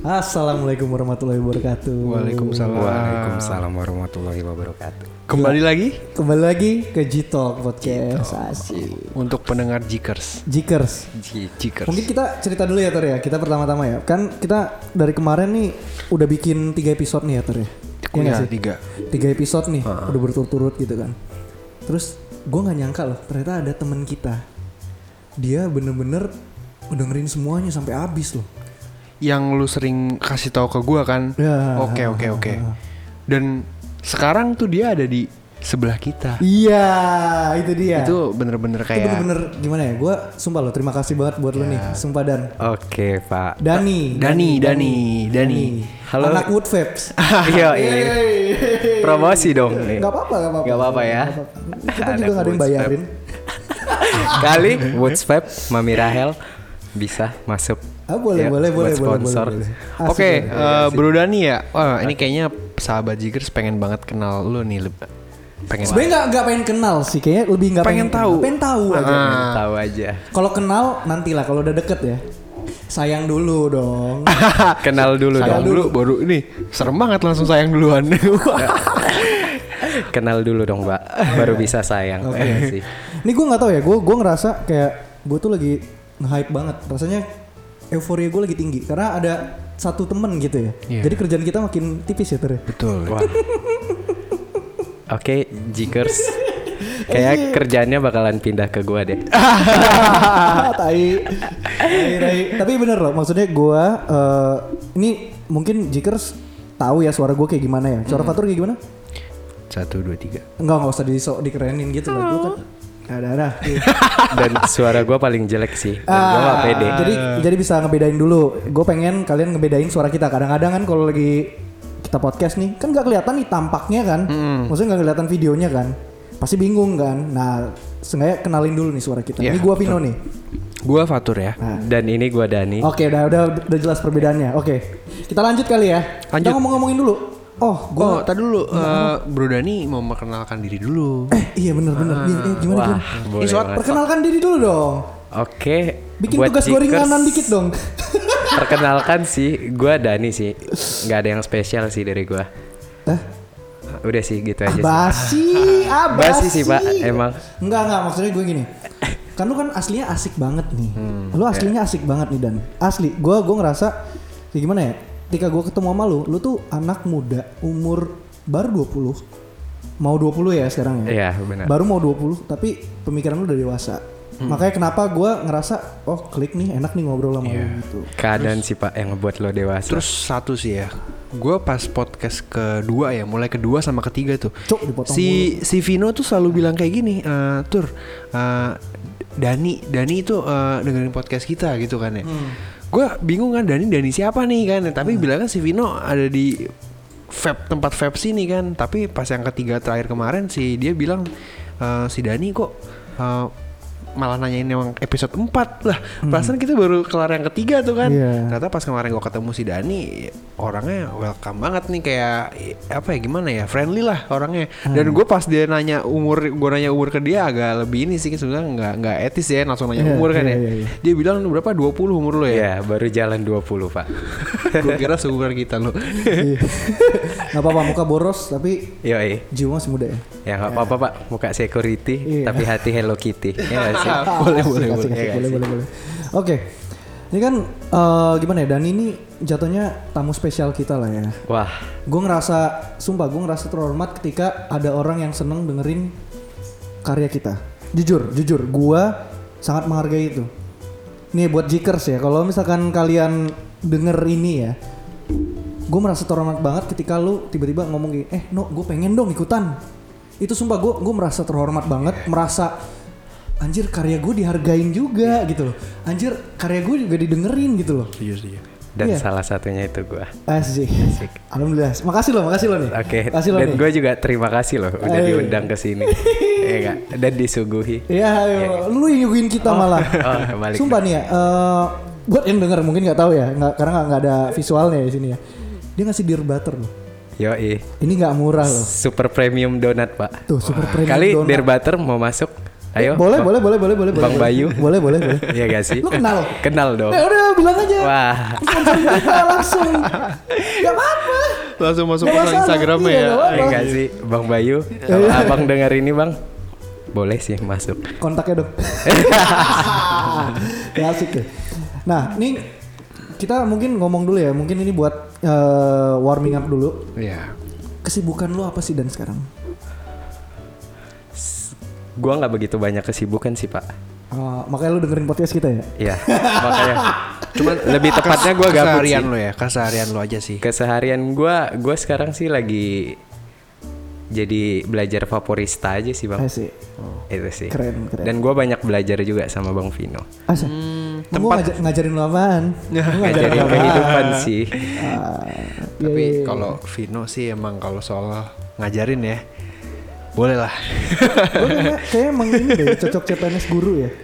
Assalamualaikum warahmatullahi wabarakatuh. Waalaikumsalam warahmatullahi wabarakatuh. Kembali lagi ke G-Talk Podcast. Asik. untuk pendengar Jikers. Jikers. Mungkin kita cerita dulu ya Tor ya. Kita pertama-tama ya. Kan kita dari kemarin nih udah bikin 3 episode nih ya Tor ya. Iya nggak sih? 3 episode nih udah berturut-turut gitu kan. Terus gue nggak nyangka loh ternyata ada teman kita. Dia bener-bener dengerin semuanya sampai habis loh. Yang lu sering kasih tahu ke gua kan. Ya. Oke. Dan sekarang tuh dia ada di sebelah kita. Iya, itu dia. Itu bener-bener kayak. Itu bener-bener gimana ya? Gue sumpah loh, terima kasih banget buat lo nih, sumpah Dan. Oke Pak. Dani. Halo. Anak Wood Vapes. Iya. Promosi dong nih. Gak apa-apa. Gak apa-apa ya. Kita juga gak ada yang bayarin. Kali Woods Vape, Mami Rahel bisa masuk. Boleh. Sponsor. Oke, Bro Dani ya. Wah, ini kayaknya sahabat Jikers pengen banget kenal lu nih. Sebenarnya nggak pengen kenal sih, kayaknya lebih nggak pengen tahu. Pengen tahu aja. Tahu aja. Kalau kenal nantilah kalau udah deket ya. Sayang dulu dong. Kenal dulu Sayang dong. dulu baru ini. Serem banget langsung sayang duluan. Kenal dulu dong, Mbak. Baru bisa sayang. Oke. Ini gue nggak tahu ya. Gue ngerasa kayak gue tuh lagi nge-hype banget. Rasanya euforia gue lagi tinggi karena ada satu temen gitu ya. Yeah. Jadi kerjaan kita makin tipis ya Ter. Betul. Wah. Oke, Jikers. Kayak kerjaannya bakalan pindah ke gua deh. Tai. Tapi bener loh, maksudnya gua ini mungkin Jikers tahu ya suara gua kayak gimana ya. Suara Fatur kayak gimana? 1, 2, 3. Enggak usah dikerenin gitu lah. Gua kan ada. Dan suara gue paling jelek sih. Dan gue gak pede. Jadi bisa ngebedain dulu. Gue pengen kalian ngebedain suara kita. Kadang-kadang kan kalau lagi kita podcast nih, kan gak kelihatan nih tampaknya kan. Maksudnya gak kelihatan videonya kan. Pasti bingung kan. Nah, sengaja kenalin dulu nih suara kita. Ini gue Vino nih. Gue Fatur ya. Dan ini gue Dani. Oke, udah jelas perbedaannya. Oke, kita lanjut kali ya. Kita ngomongin dulu. Tadi dulu Bro Dani mau memperkenalkan diri dulu. Iya bener. Gimana? Perkenalkan diri dulu dong. Oke. Bikin tugas gorenganan dikit dong. Perkenalkan sih, gue Dani sih. Gak ada yang spesial sih dari gue. Udah sih gitu aja sih. Basi sih Pak, emang. Enggak, maksudnya gue gini. Kan lu kan aslinya asik banget nih. Lu aslinya asik banget nih Dan. Asli, gue ngerasa kayak gimana ya? Ketika gue ketemu sama lu tuh anak muda umur baru 20. Mau 20 ya sekarang ya? Iya benar. Baru mau 20 tapi pemikiran lu udah dewasa. Makanya kenapa gue ngerasa klik nih enak nih ngobrol sama lu gitu. Keadaan sih Pak yang ngebuat lo dewasa. Terus satu sih ya, gue pas podcast kedua ya, mulai kedua sama ketiga tuh, si Vino tuh selalu bilang kayak gini, Dani itu dengerin podcast kita gitu kan ya. Gue bingung kan Dani siapa nih kan, tapi bilangnya si Vino ada di tempat vape sini kan. Tapi pas yang ketiga terakhir kemarin sih dia bilang si Dani kok malah nanyain yang episode 4 lah. Perasaan kita baru kelar yang ketiga tuh kan. Ternyata pas kemarin gue ketemu si Dani, orangnya welcome banget nih, kayak apa ya, gimana ya, friendly lah orangnya. Dan gue pas dia nanya umur, gue nanya umur ke dia agak lebih ini sih sebenarnya, nggak etis ya langsung nanya umur kan ya. Dia bilang berapa, 20 umur lo ya? Iya baru jalan 20 Pak. Gue kira seumuran kita lo. Gak apa-apa muka boros tapi jiwa masih muda ya. Ya gak apa-apa Pak, muka security tapi hati Hello Kitty. Ya gak sih? boleh. Oke. Ini kan gimana ya, Dan ini jatuhnya tamu spesial kita lah ya. Wah. Gue ngerasa terhormat ketika ada orang yang seneng dengerin karya kita. Jujur, gue sangat menghargai itu. Nih buat Jikers ya, kalau misalkan kalian denger ini ya, gue merasa terhormat banget ketika lu tiba-tiba ngomong gini, gue pengen dong ikutan. Itu sumpah gue merasa terhormat banget, merasa anjir karya gue dihargain juga gitu loh. Anjir karya gue juga didengerin gitu loh. Iya. Dan salah satunya itu gue. Asik. Alhamdulillah. Makasih lo nih. Oke. Dan gue juga terima kasih loh udah diundang ke sini. Iya enggak? Dan disuguhi. Iya, lu yang nyuguhin kita malah. Sumpah nih ya, buat yang denger mungkin enggak tahu ya, karena enggak ada visualnya di sini ya. Dia ngasih dear butter loh. Ini enggak murah loh. Super premium donat Pak. Tuh, super premium kali donat. Dear Butter mau masuk Ayo. Boleh. Bang Bayu. Boleh. Iya gak sih? Lu kenal? Kenal dong. Udah bilang aja. Wah. Sponsorin kita langsung. Gak apa-apa. Langsung masuk Nggak ke masalah. Instagramnya Iya, ya. nggak apa-apa. Iya gak sih Bang Bayu? Kalau abang dengar ini bang, boleh sih masuk. Kontaknya dong. Ya asik deh. Nah, ini kita mungkin ngomong dulu ya. Mungkin ini buat warming up dulu. Iya. Kesibukan lu apa sih dan sekarang? Gua nggak begitu banyak kesibukan sih pak. Makanya lu dengerin podcast kita ya? Iya. Makanya. Cuman lebih tepatnya gua gabut Keseharian sih. lo ya, keseharian lo aja sih. Keseharian gua sekarang sih lagi jadi belajar vaporista aja sih bang. Asik. Itu sih. Keren. Dan gua banyak belajar juga sama Bang Vino. Asik. Gua ngajarin lu apaan? Ngajarin kehidupan sih. Tapi kalau Vino sih emang kalau soal ngajarin ya, boleh lah. Gue kayak emang ini deh cocok CPNS guru ya.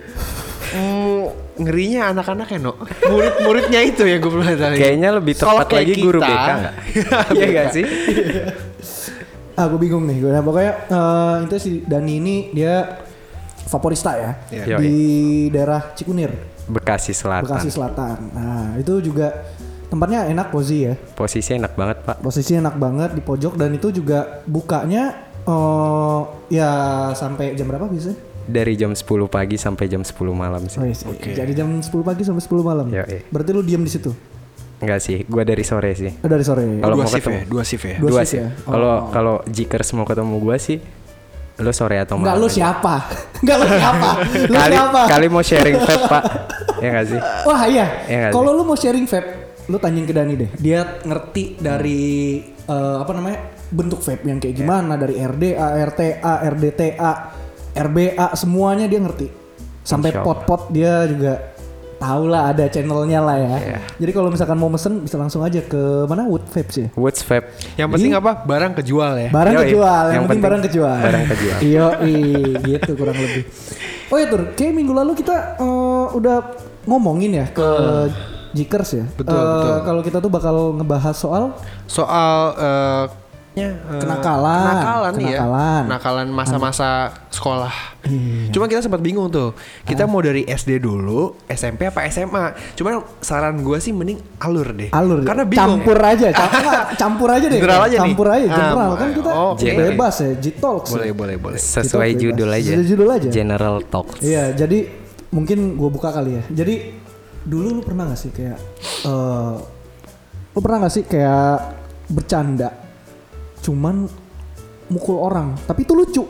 Ngerinya anak-anak ya no. Murid-muridnya itu yang gue pernah tadi. Kayaknya lebih tepat Kalau kayak lagi guru kita- BK nggak? Iya gak sih? Gue bingung nih. Nah, pokoknya itu si Dani ini dia vaporista ya. Iya. Di daerah Cikunir, Bekasi Selatan. Bekasi Selatan. Nah, itu juga tempatnya enak, cozy ya. Posisinya enak banget pak. Posisinya enak banget di pojok dan itu juga bukanya ya sampai jam berapa biasanya? Dari jam 10 pagi sampai jam 10 malam sih. Oh, iya sih. Jadi jam 10 pagi sampai 10 malam. Yoi. Berarti lu diam di situ? Enggak sih, gua dari sore sih. Dari sore. Kalau Dua mau shift ketemu ya, dua shift ya. Dua Dua shift sih. ya? Kalau Jikers mau ketemu gua sih, lu sore atau Enggak, malam? lu aja. siapa? Enggak, lu siapa? Lu Kali siapa? kali mau sharing vape pak, ya nggak sih? Wah iya. Iya nggak Kalau lu mau sharing vape, lu tanyain ke Dani deh. Dia ngerti dari apa namanya bentuk vape yang kayak gimana, dari RDA, RTA, RDTA, RBA, semuanya dia ngerti. Sampai Insya Allah. pot-pot dia juga tahu lah, ada channelnya lah ya. Iya. Jadi kalau misalkan mau mesen bisa langsung aja ke mana Wood Vapes ya. Woods vape. Yang penting apa? Barang kejual ya. Barang Yoi. kejual, yang Yang penting penting barang kejual. barang kejual. Iya, gitu kurang lebih. Oh ya Tur, kayak minggu lalu kita udah ngomongin ya ke Jikers ya. Betul. Kalau kita tuh bakal ngebahas soal Soal Kenakalan. Kenakalan masa-masa sekolah. Cuma kita sempat bingung tuh. Kita mau dari SD dulu, SMP apa SMA. Cuman saran gue sih mending alur deh. alur. Karena bingung. Campur aja, campur aja deh. General aja nih. campur aja, general Ah, kan kita oke. bebas ya, G-Talks. Boleh. Sesuai Kita judul bebas. aja. Sesuai judul aja. General Talks. Iya, jadi mungkin gue buka kali ya. Jadi dulu lu pernah gak sih kayak bercanda cuman mukul orang tapi itu lucu?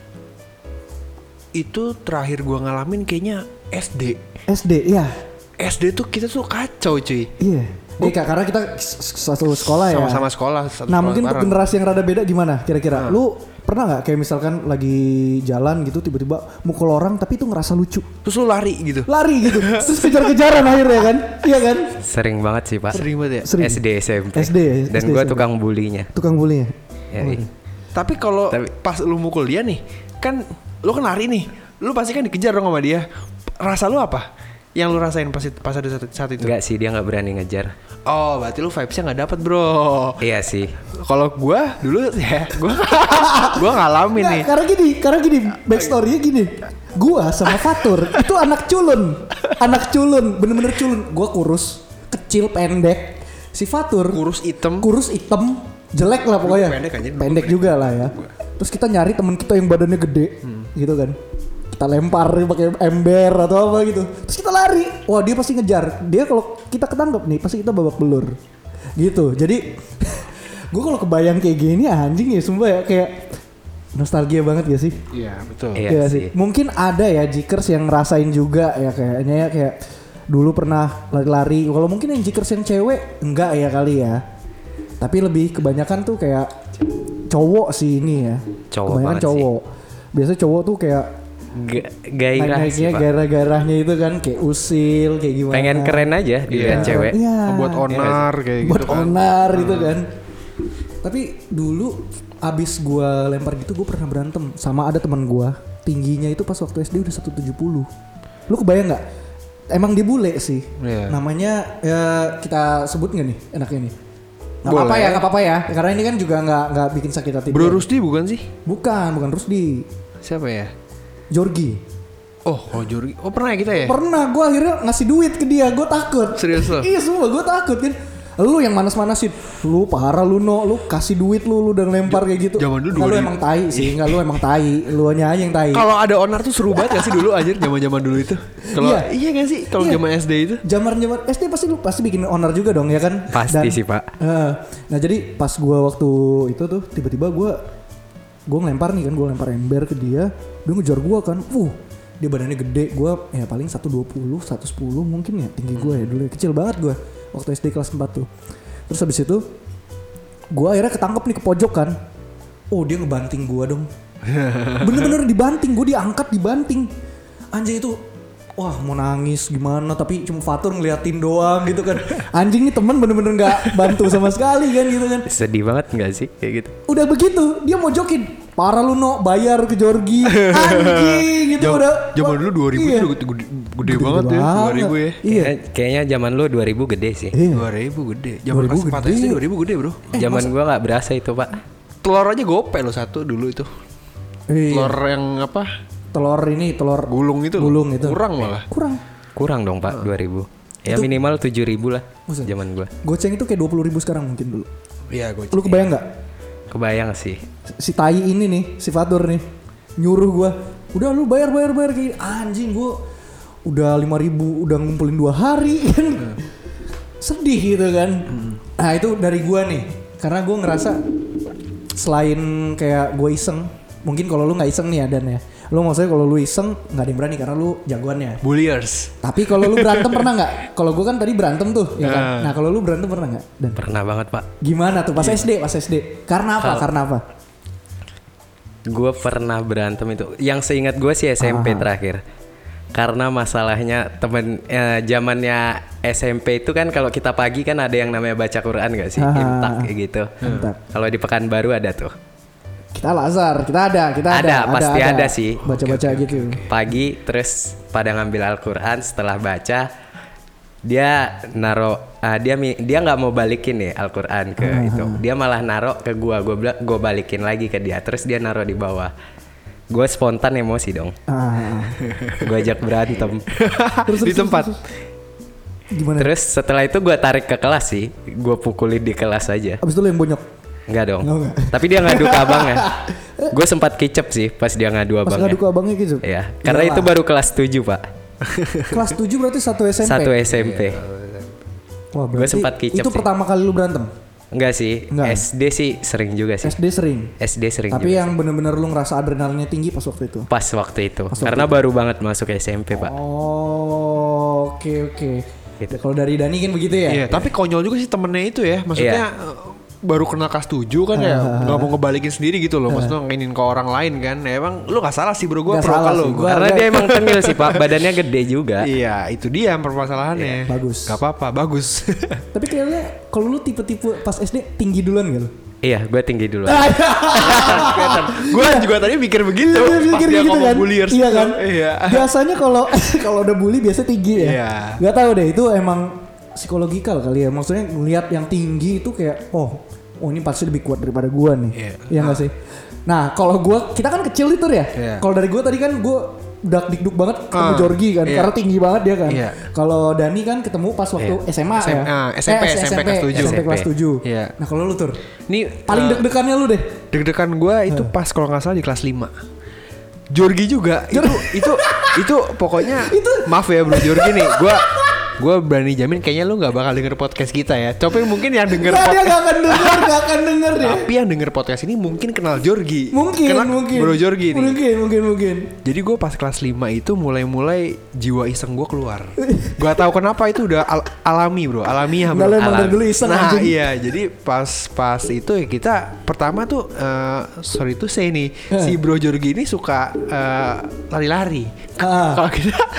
Itu terakhir gue ngalamin kayaknya SD. SD ya. SD tuh kita tuh kacau cuy. Iya. Karena kita satu sekolah ya. Sama-sama sekolah. satu Nah sekolah mungkin untuk bareng. generasi yang rada beda gimana kira-kira? Lu pernah nggak kayak misalkan lagi jalan gitu tiba-tiba mukul orang tapi itu ngerasa lucu? Terus lu lari gitu. Lari gitu. Terus kejar-kejaran akhirnya kan? Iya kan? Sering banget sih pak. Sering banget ya. Sering. SD SMP. SD, Dan SD, gue SMP. tukang bulinya. Tukang bulinya. Ya, iya. Tapi kalau Tapi- pas lu mukul dia nih, kan lu kan lari nih. Lu pasti kan dikejar dong sama dia. Rasa lu apa? Yang lu rasain pas ada saat itu? Enggak sih, dia nggak berani ngejar. Oh, berarti lu vibes-nya nggak dapet bro. Iya sih. Kalau gua dulu ya, gua ngalamin nih. Nggak, karena gini, backstory-nya gini. Gua sama Fatur itu anak culun, bener-bener culun. Gua kurus, kecil, pendek. Si Fatur Kurus item. hitam, jelek lah pokoknya. Pendek aja, Pendek juga lah ya. Terus kita nyari teman kita yang badannya gede, gitu kan. Kita lempar pakai ember atau apa gitu. Terus kita lari. Wah dia pasti ngejar. Dia kalau kita ketangkep nih pasti kita babak belur. Gitu. Jadi gue kalau kebayang kayak gini anjing ya sumpah ya kayak nostalgia banget gak sih? Iya, betul. Iya Iya sih. Mungkin ada ya Jikers yang ngerasain juga ya kayaknya ya kayak dulu pernah lari-lari. Kalau mungkin yang Jikers yang cewek enggak ya kali ya. Tapi lebih kebanyakan tuh kayak cowok sih ini ya. Cowok Kebanyakan banget cowok. Biasanya cowok tuh kayak Gairah sih naiknya pak. gairah-gairahnya itu kan kayak usil kayak gimana. Pengen keren aja dilihat cewek. Iya. Buat onar kayak Buat gitu kan. onar itu kan. Tapi dulu abis gua lempar gitu gua pernah berantem sama ada teman gua. Tingginya itu pas waktu SD udah 170. Lu kebayang nggak? Emang dia bule sih. Iya. Namanya ya kita sebut nggak nih enaknya nih? Nggak Boleh. apa-apa ya, nggak apa-apa ya. Karena ini kan juga nggak bikin sakit hati. Bro dia. Rusdi bukan sih? Bukan Rusdi. Siapa ya? Jorgi. Oh, kalau Jorgi. Oh, pernah ya kita ya? Pernah gue akhirnya ngasih duit ke dia, gue takut. Serius lo? Iya semua gue takut kan. Lu yang manas-manasin, lu parah lu no, lu kasih duit lu udah ngelempar kayak gitu. Zaman dulu Nggak, lu 2000. emang tai sih, nggak lu emang tai, lu aja yang tai. Kalau ada onar tuh seru banget gak sih dulu anjir zaman-zaman dulu itu? Kalau Iya. gak sih? Kalau Iya. zaman SD itu? Zaman SD pasti lu pasti bikin owner juga dong ya kan? Pasti sih, Pak. Nah jadi pas gua waktu itu tuh tiba-tiba gua ngelempar nih kan, gua lempar ember ke dia ngejar gua kan. Dia badannya gede, gua ya paling 120, 110 mungkin ya tinggi gua ya dulu. Kecil banget gua waktu SD kelas 4 tuh. Terus habis itu gua akhirnya ketangkep nih ke pojok kan. Dia ngebanting gua dong. Bener-bener dibanting, gua diangkat dibanting. Anjing itu wah mau nangis gimana, tapi cuma Fatur ngeliatin doang gitu kan. Anjing nih temen bener-bener gak bantu sama sekali kan gitu kan. Sedih banget nggak sih kayak gitu? Udah begitu dia mojokin, parah lu no, bayar ke Jorgi. Anjing gitu udah. Zaman dulu 2000 iya. itu gede banget ya. 2000 ya. Iya. Kayaknya zaman lu 2000 gede sih. Iya. 2000 gede. Zaman 2000 kelas 4 gede. SD 2000 gede, Bro. Zaman gua nggak berasa itu, Pak. Telur aja gope lo satu dulu itu. Iya. Telur yang apa? Telur Gulung itu. Gulung itu. Kurang malah. Kurang Dong, Pak, 2000. Ya minimal 7.000 lah Maksud? zaman gua. Goceng itu kayak 20.000 sekarang mungkin dulu. Iya, gue. Lu kebayang nggak? Kebayang sih. Si tai ini nih, si Fatur nih nyuruh gua, udah lu bayar kayak gini. Anjing gua udah 5.000 udah ngumpulin 2 hari kan. Sedih gitu kan. Nah itu dari gua nih, karena gua ngerasa selain kayak gua iseng, mungkin kalau lu nggak iseng nih ya Dan ya, lu maksudnya kalau lu iseng nggak ada yang berani karena lu jagoannya. Bulliers. Tapi kalau lu berantem pernah nggak? Kalau gua kan tadi berantem tuh ya kan. Nah kalau lu berantem pernah nggak? Dan Pernah banget, Pak. gimana tuh pas SD? Karena apa? Gue pernah berantem itu. Yang seingat gue sih SMP terakhir. Karena masalahnya zamannya SMP itu kan kalau kita pagi kan ada yang namanya baca Quran gak sih? Imtak kayak gitu. Kalau di Pekanbaru ada tuh. Kita Al-Azhar, kita ada. Pasti ada sih. Baca-baca gitu. Pagi terus pada ngambil Al-Quran, setelah baca dia naro dia nggak mau balikin nih Al-Quran ke itu. Dia malah naro ke gua balikin lagi ke dia. Terus dia naro di bawah. Gue spontan emosi dong. Gue ajak berantem. Terus, Di tempat. Gimana? Terus setelah itu gue tarik ke kelas sih. Gue pukulin di kelas aja. Abis itu lu yang bonyok. Enggak dong. Oh, enggak. Tapi dia ngadu ke abangnya. Gue sempat kicep sih pas dia ngadu Pas abangnya. ngadu ke abangnya gitu. Iya. Karena Iyalah. itu baru kelas 7, Pak. Kelas 7 berarti 1 SMP. 1 SMP. Wah, Gua berarti sempat kicep itu sih. pertama kali lu berantem. Enggak sih. Enggak. SD sih sering juga sih. SD sering. SD sering Tapi juga. yang bener-bener lu ngerasa adrenalinnya tinggi pas waktu itu. Pas waktu itu. Karena baru banget masuk SMP, Pak. Oh, oke. Gitu. Kalau dari Dani kan begitu ya? Iya, tapi konyol juga sih temennya itu ya. Maksudnya baru kenal kelas 7 kan ya, nggak mau ngebalikin sendiri gitu loh. Maksudnya nginin ke orang lain kan. Ya, emang lu gak salah sih bro, gue Nggak pro salah ke lu. sih, gua- Karena dia emang tengil sih, Pak. Badannya gede juga. Iya, itu dia permasalahannya. Bagus. Gak apa-apa, bagus. Tapi kayaknya kalau lu tipe-tipe pas SD tinggi duluan gak lu? Iya, gue tinggi dulu. Gue juga tadi mikir begitu. Iya, Pas mikir dia gitu ngomong kan? bulliers Iya itu. kan? Iya. Biasanya kalau kalau udah bully biasa tinggi ya. Iya. Gak tahu deh, itu emang psikologikal kali ya. Maksudnya ngelihat yang tinggi itu kayak oh ini pasti lebih kuat daripada gua nih. Iya. Iya nggak sih? Nah, kalau gua kita kan kecil itu ya. Iya. Kalau dari gua tadi kan gua dak dikduk banget ketemu Ah, Jorgi kan iya. karena tinggi banget dia kan. Iya. Kalau Dani kan ketemu pas waktu SMA ya. SMP kelas 7. SMP kelas 7. Iya. Nah, kalau lu Tur, Ini paling deg-degannya lu deh. deg-degan gue itu pas kalau nggak salah di kelas 5. Jorgi juga itu pokoknya maaf ya bro Jorgi nih gue berani jamin kayaknya lu nggak bakal denger podcast kita ya. Tapi mungkin yang denger Nggak, dia podcast gak akan denger deh. tapi yang denger podcast ini mungkin kenal Jorgi. Mungkin. Bro Jorgi nih. Mungkin. Jadi gue pas kelas 5 itu mulai jiwa iseng gue keluar. Gak tahu kenapa itu udah alami bro, alamiah Enggak, bro. lu emang dari dulu iseng Nah anjing. iya, jadi pas itu ya kita pertama tuh sorry tuh saya nih si Bro Jorgi ini suka lari-lari. Ah. Kalau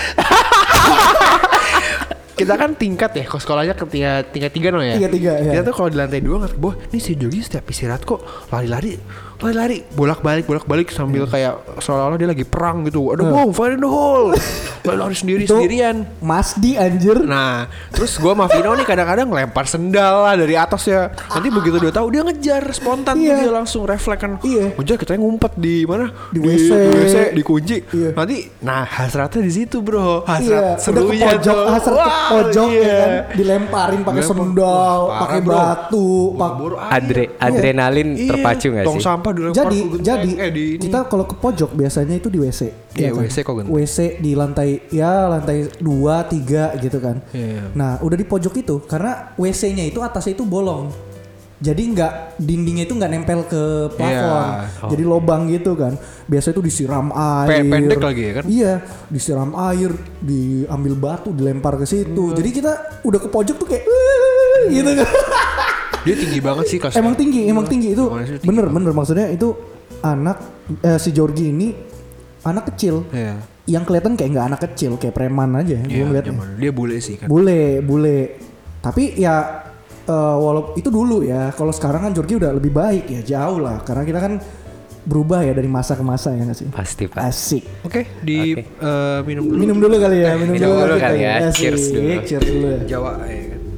kita kan tingkat ya, kalau sekolahnya tingkat 3 no ya. Tingkat 3, ya. Kita tuh kalau di lantai 2 ngeliat, boh, ini si Jorgi setiap istirahat kok lari-lari. lari bolak-balik sambil kayak seolah-olah dia lagi perang gitu. Ada bom, fire in the hole. Lari sendirian. Masdi anjir. Nah, terus gue sama Vino nih kadang-kadang lempar sendal lah dari atas ya. Nanti begitu dia tahu dia ngejar spontan tuh, dia langsung refleks kan. Ngejar, kita ngumpet di mana? Di WC, dikunci. Nanti hasratnya di situ, Bro. Hasrat serunya tuh. Hasrat ke pojok ya kan. Dilemparin pakai sendal, pakai batu, adrenalin terpacu enggak sih? Tong sampah dilempar jadi kita kalau ke pojok biasanya itu di WC. Iya, kan? WC kok ganteng. WC di lantai 2, 3 gitu kan. Nah, udah di pojok itu karena WC-nya itu atasnya itu bolong. Jadi dindingnya itu nggak nempel ke plafon. Jadi lobang gitu kan. Biasa itu disiram air. Pendek lagi ya kan? Iya, disiram air, diambil batu, dilempar ke situ. Jadi kita udah ke pojok tuh kayak gitu kan. Dia tinggi banget sih kelasnya. Emang tinggi itu. Bener maksudnya itu anak si Georgie ini anak kecil. Yang kelihatan kayak nggak anak kecil, kayak preman aja. Gue ngeliatnya. Dia bule sih kan. Bule. Tapi ya walaupun itu dulu ya. Kalau sekarang kan Georgie udah lebih baik ya, jauh lah. Karena kita kan berubah ya dari masa ke masa ya nggak sih? Pasti Pak. Asik. Oke, minum dulu. Minum dulu kali ya. Minum dulu kali ya. Cheers dulu. Jawa ya kan.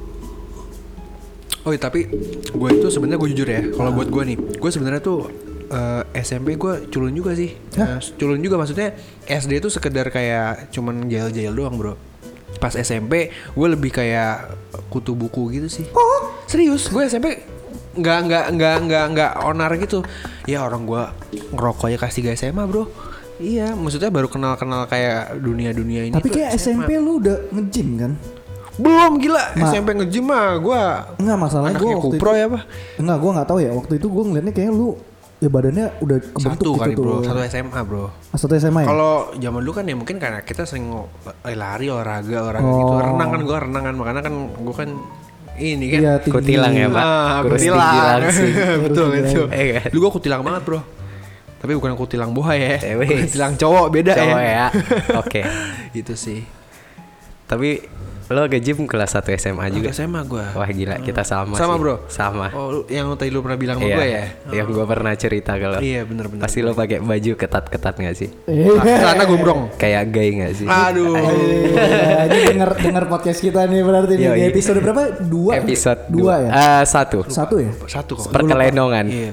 Oh iya, tapi gue itu sebenarnya gue jujur ya, kalau buat gue nih, gue sebenarnya tuh SMP gue culun juga sih. Culun juga, maksudnya SD tuh sekedar kayak cuman jail-jail doang, Bro. Pas SMP gue lebih kayak kutu buku gitu sih. Serius, gue SMP nggak onar gitu. Ya orang gue ngerokok aja kasih guys SMA, Bro. Iya, maksudnya baru kenal kayak dunia ini. Tapi kayak SMP lu udah nge-gym kan? Belum, gila. SMP nge-gym mah gue enggak, masalahnya gue waktu Kupro ya apa? Enggak, gue nggak tahu ya. Waktu itu gue ngeliatnya kayak lu ya badannya udah kebentuk satu gitu kali, tuh. Bro. Satu SMA, Bro. Satu SMA ya? Kalau zaman dulu kan ya mungkin karena kita sering lari, olahraga gitu. Renang kan makanya kan gue kan ini kan. Iya, kutilang ya Pak. Kurus tinggi langsing. Betul. Dulu gue kutilang banget, Bro. Tapi bukan kutilang boha ya. Kutilang cowok beda cowok ya. Oke. Itu sih. Tapi lo ke gym kelas 1 SMA juga? SMA gue. Wah gila, kita sama sih. Bro? Sama. Oh, yang tadi lu pernah bilang sama gue ya? Yang gue pernah cerita kalau. Iya, bener. Pasti lo pakai baju ketat-ketat gak sih? Karena gombrong. Kayak gay gak sih? Aduh. Ini denger podcast kita nih berarti nih. Di episode berapa? 2? Episode 2 ya? 1 ya? 1 kok. Perkelenongan. Iya.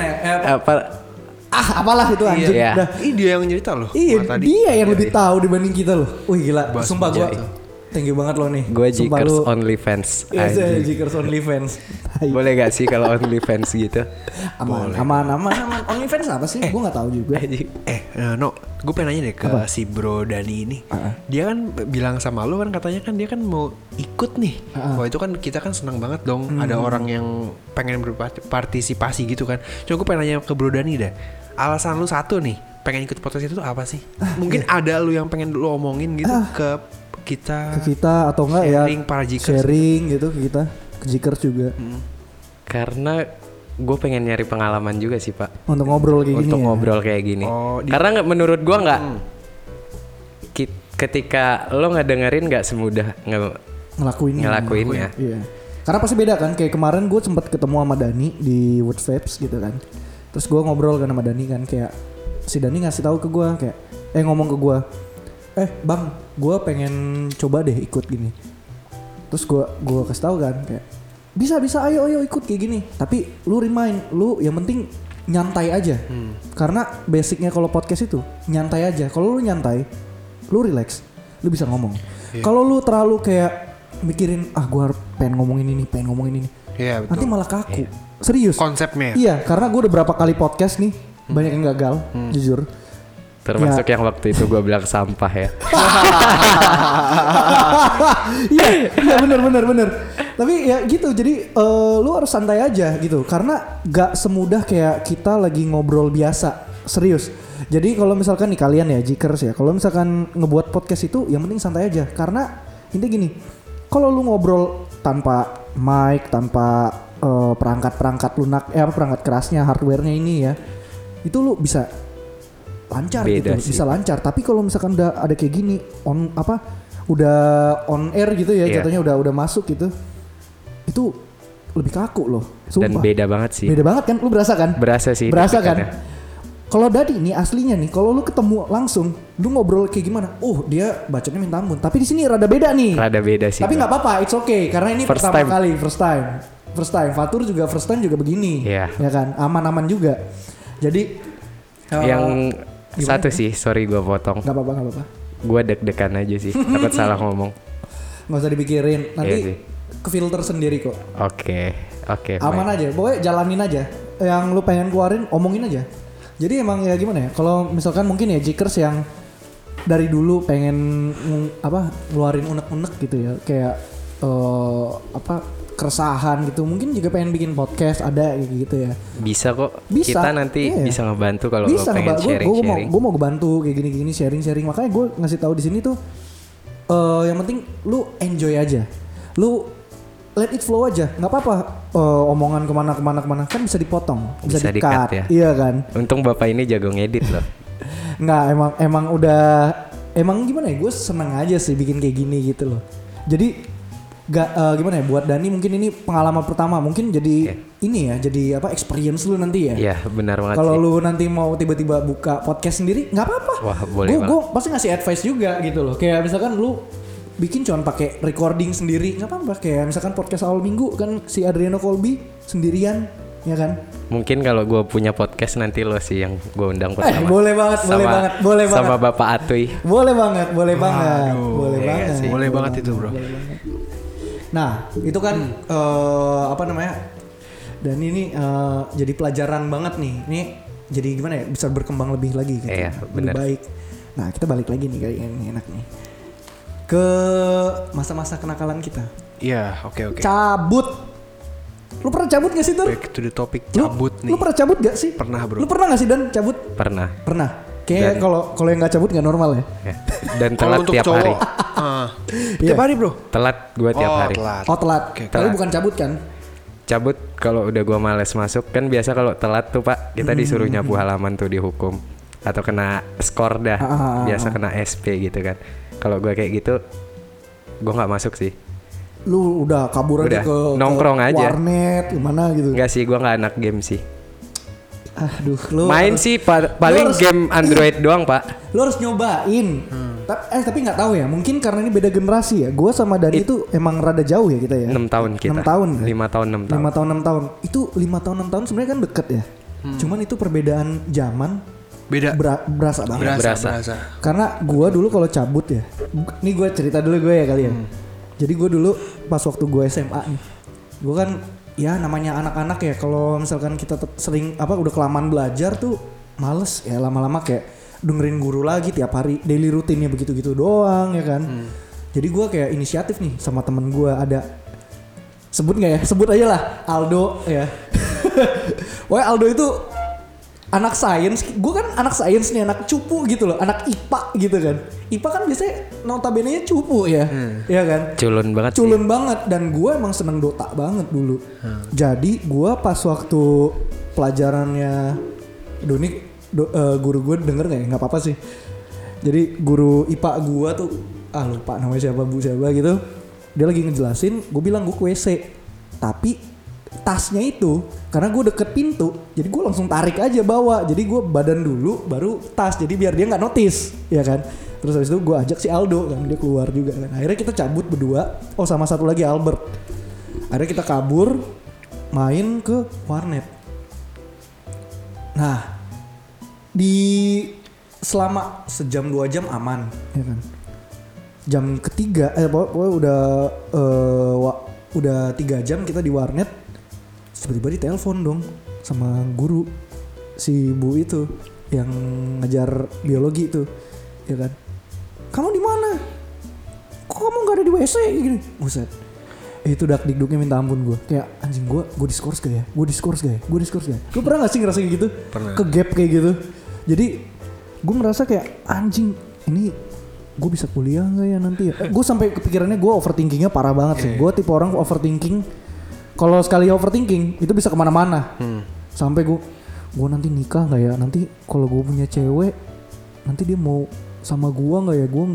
Apalah itu anjing. Iya. Ini dia yang cerita loh. Iya, dia yang lebih tahu dibanding kita loh. Wih gila, sumpah gue thank you banget lo nih. Gue Jikers OnlyFans. Iya, Jikers OnlyFans. Boleh gak sih kalau OnlyFans gitu? Aman. OnlyFans apa sih? Gue gak tahu juga. No, gue pengen nanya deh ke si Bro Dani ini. Dia kan bilang sama lo kan, katanya kan dia kan mau ikut nih. Wah itu kan kita kan senang banget dong. Ada orang yang pengen berpartisipasi gitu kan. Cuma gue pengen nanya ke Bro Dani deh. Alasan lu satu nih pengen ikut podcast itu tuh apa sih? Mungkin ada lu yang pengen lu omongin gitu ke kita atau enggak ya para Jikers sharing gitu ke kita, ke Jikers juga. Karena gue pengen nyari pengalaman juga sih Pak, untuk ngobrol kayak gini. Untuk ngobrol kayak gini. Karena menurut gue nggak ketika lo nggak dengerin nggak semudah ngelakuinnya. Iya. Karena pasti beda kan. Kayak kemarin gue sempat ketemu sama Dani di Wood Vapes gitu kan. Terus gue ngobrol kan sama Dani kan, kayak si Dani ngasih tahu ke gue kayak ngomong ke gue, bang, gue pengen coba deh ikut gini. Terus gue kasih tahu kan kayak bisa ayo ikut kayak gini. Tapi lu lu yang penting nyantai aja. Karena basicnya kalau podcast itu nyantai aja. Kalau lu nyantai, lu relax, lu bisa ngomong. Kalau lu terlalu kayak mikirin gue pengen ngomongin ini, nanti malah kaku. Serius. Konsepnya. Iya, karena gue udah berapa kali podcast nih, banyak yang gagal, jujur. Termasuk yang waktu itu gue bilang sampah ya. Iya bener. Tapi ya gitu, jadi lu harus santai aja gitu. Karena gak semudah kayak kita lagi ngobrol biasa, serius. Jadi kalau misalkan nih kalian ya Jikers ya, kalau misalkan ngebuat podcast itu yang penting santai aja. Karena intinya gini, kalau lu ngobrol tanpa mic, tanpa perangkat lunak, perangkat kerasnya, hardwarenya ini ya, itu lu bisa lancar. Beda gitu, sih. Bisa lancar. Tapi kalau misalkan udah ada kayak gini, udah on air gitu ya, jatuhnya udah masuk gitu, itu lebih kaku loh. Dan Sumpah. beda banget sih. Beda banget kan? Lu berasa kan? Berasa sih. Berasa kan? deg-degannya. Kalau Dadi nih aslinya nih, kalau lu ketemu langsung, lu ngobrol kayak gimana? Dia bacotnya minta ampun. Tapi di sini rada beda nih. Rada beda sih. Tapi nggak apa-apa, it's okay. Karena ini First pertama time. kali, first time. Fatur juga first time juga begini, Iya. ya kan? Aman-aman juga. Jadi Yang gimana? satu sih, sorry gue potong. nggak apa-apa. Gue deg-degan aja sih, takut salah ngomong. Nggak usah dipikirin. Nanti Iya sih. ke filter sendiri kok. Oke. Aman aja, pokoknya jalanin aja. Yang lu pengen keluarin, omongin aja. Jadi emang ya gimana ya? Kalau misalkan mungkin ya Jikers yang dari dulu pengen ngeluarin unek-unek gitu ya, kayak keresahan gitu. Mungkin juga pengen bikin podcast ada gitu ya. Bisa kok. Bisa, Kita nanti iya. bisa ngebantu kalau lo Bisa pengen sharing-sharing. gue mau ngebantu kayak gini sharing. Makanya gue ngasih tahu di sini tuh yang penting lu enjoy aja. Lu let it flow aja, nggak apa-apa. Omongan kemana kan bisa dipotong, bisa di-cut, ya. Iya kan? Untung bapak ini jago ngedit loh. Nggak, emang gimana ya? Gue seneng aja sih bikin kayak gini gitu loh. Jadi gimana ya? Buat Dani mungkin ini pengalaman pertama, mungkin jadi ini ya, jadi experience lu nanti ya. Iya benar banget. Kalau sih. lu nanti mau tiba-tiba buka podcast sendiri, nggak apa-apa. Wah, boleh Gue pasti ngasih advice juga gitu loh. Kayak misalkan lu bikin cuman pakai recording sendiri, nggak apa-apa. Kayak misalkan podcast awal minggu kan si Adriano Colby sendirian, ya kan? Mungkin kalau gue punya podcast nanti lo sih yang gue undang pertama. Boleh banget. Sama Bapak Atuy. Boleh banget. Waduh, Boleh iya banget. sih. Boleh banget itu, bro. Nah, itu kan dan ini jadi pelajaran banget nih. Ini jadi gimana ya? Bisa berkembang lebih lagi gitu. Iya, lebih bener. baik. Nah, kita balik lagi nih kayak ini enak nih. Ke masa-masa kenakalan kita. Iya, oke. Cabut. Lu pernah cabut gak sih, Tur? Back to the topic cabut nih. Lu pernah cabut gak sih? Pernah, bro. Lu pernah gak sih Dan cabut? Pernah. Pernah. Kayak kalau yang gak cabut gak normal ya. Ya. Dan Kalau telat untuk tiap cowok, hari. Iya. tiap hari, bro. Telat gue tiap hari. Telat. Oh telat. Oke, Tapi telat. bukan cabut kan? Cabut kalau udah gue males masuk kan biasa kalau telat tuh pak kita disuruh nyapu halaman tuh dihukum atau kena skor dah. Biasa kena SP gitu kan. Kalau gue kayak gitu gue nggak masuk sih. Lu udah kabur aja Udah, ke nongkrong aja. warnet gimana gitu. Enggak sih gue nggak anak game sih. Aduh, lu Main harus- sih paling harus- game Android doang pak. lu harus nyobain. Tapi nggak tahu ya, mungkin karena ini beda generasi ya. Gua sama Dani itu emang rada jauh ya kita ya. 6 tahun kita. 6 tahun. 5 tahun 6 tahun. 5 tahun 6 tahun. Itu 5 tahun 6 tahun sebenarnya kan deket ya. Cuman itu perbedaan zaman Beda. berasa banget. Berasa. Karena gua dulu kalau cabut ya. Nih gue cerita dulu gue ya kali ya. Jadi gue dulu pas waktu gue SMA nih. Gue kan ya namanya anak-anak ya, kalau misalkan kita sering udah kelamaan belajar tuh males ya, lama-lama kayak dengerin guru lagi tiap hari, daily rutinnya begitu-gitu doang ya kan. Jadi gue kayak inisiatif nih sama temen gue, ada sebut nggak ya, sebut aja lah, Aldo ya. Wah Aldo itu anak sains, gue kan anak sains nih, anak cupu gitu loh, anak IPA gitu kan. IPA kan biasanya notabene-nya cupu ya, ya kan. Culun banget sih. Culun banget, dan gue emang seneng Dota banget dulu. Jadi gue pas waktu pelajarannya, guru gue denger nggak ya? Nggak apa-apa sih. Jadi guru IPA gue tuh, lupa namanya siapa, bu siapa gitu. Dia lagi ngejelasin, gue bilang gue ke WC, tapi tasnya itu karena gue deket pintu, jadi gue langsung tarik aja bawa. Jadi gue badan dulu baru tas, jadi biar dia nggak notice, ya kan. Terus habis itu gue ajak si Aldo kan, dia keluar juga kan. Akhirnya kita cabut berdua, sama satu lagi Albert. Akhirnya kita kabur main ke warnet. Nah, di selama sejam 2 jam aman, ya kan. Jam ketiga, pokoknya udah 3 jam kita di warnet. Tiba-tiba ditelepon dong sama guru si Bu itu yang ngajar biologi itu, ya kan. Kamu di mana? Kok kamu nggak ada di WC gini? Buset. Itu dakdikduknya minta ampun gue. Kayak anjing, gue diskors gak ya? Gue diskors gak ya? Lu pernah gak sih ngerasa kayak gitu? Pernah. Ke gap kayak gitu. Jadi gue merasa kayak anjing, ini gue bisa kuliah nggak ya nanti ya? Gue sampai kepikirannya, gue overthinkingnya parah banget sih. Gue tipe orang overthinking. Kalau sekali overthinking itu bisa kemana-mana. Sampai gue nanti nikah nggak ya? Nanti kalau gue punya cewek, nanti dia mau sama gue nggak ya? Gue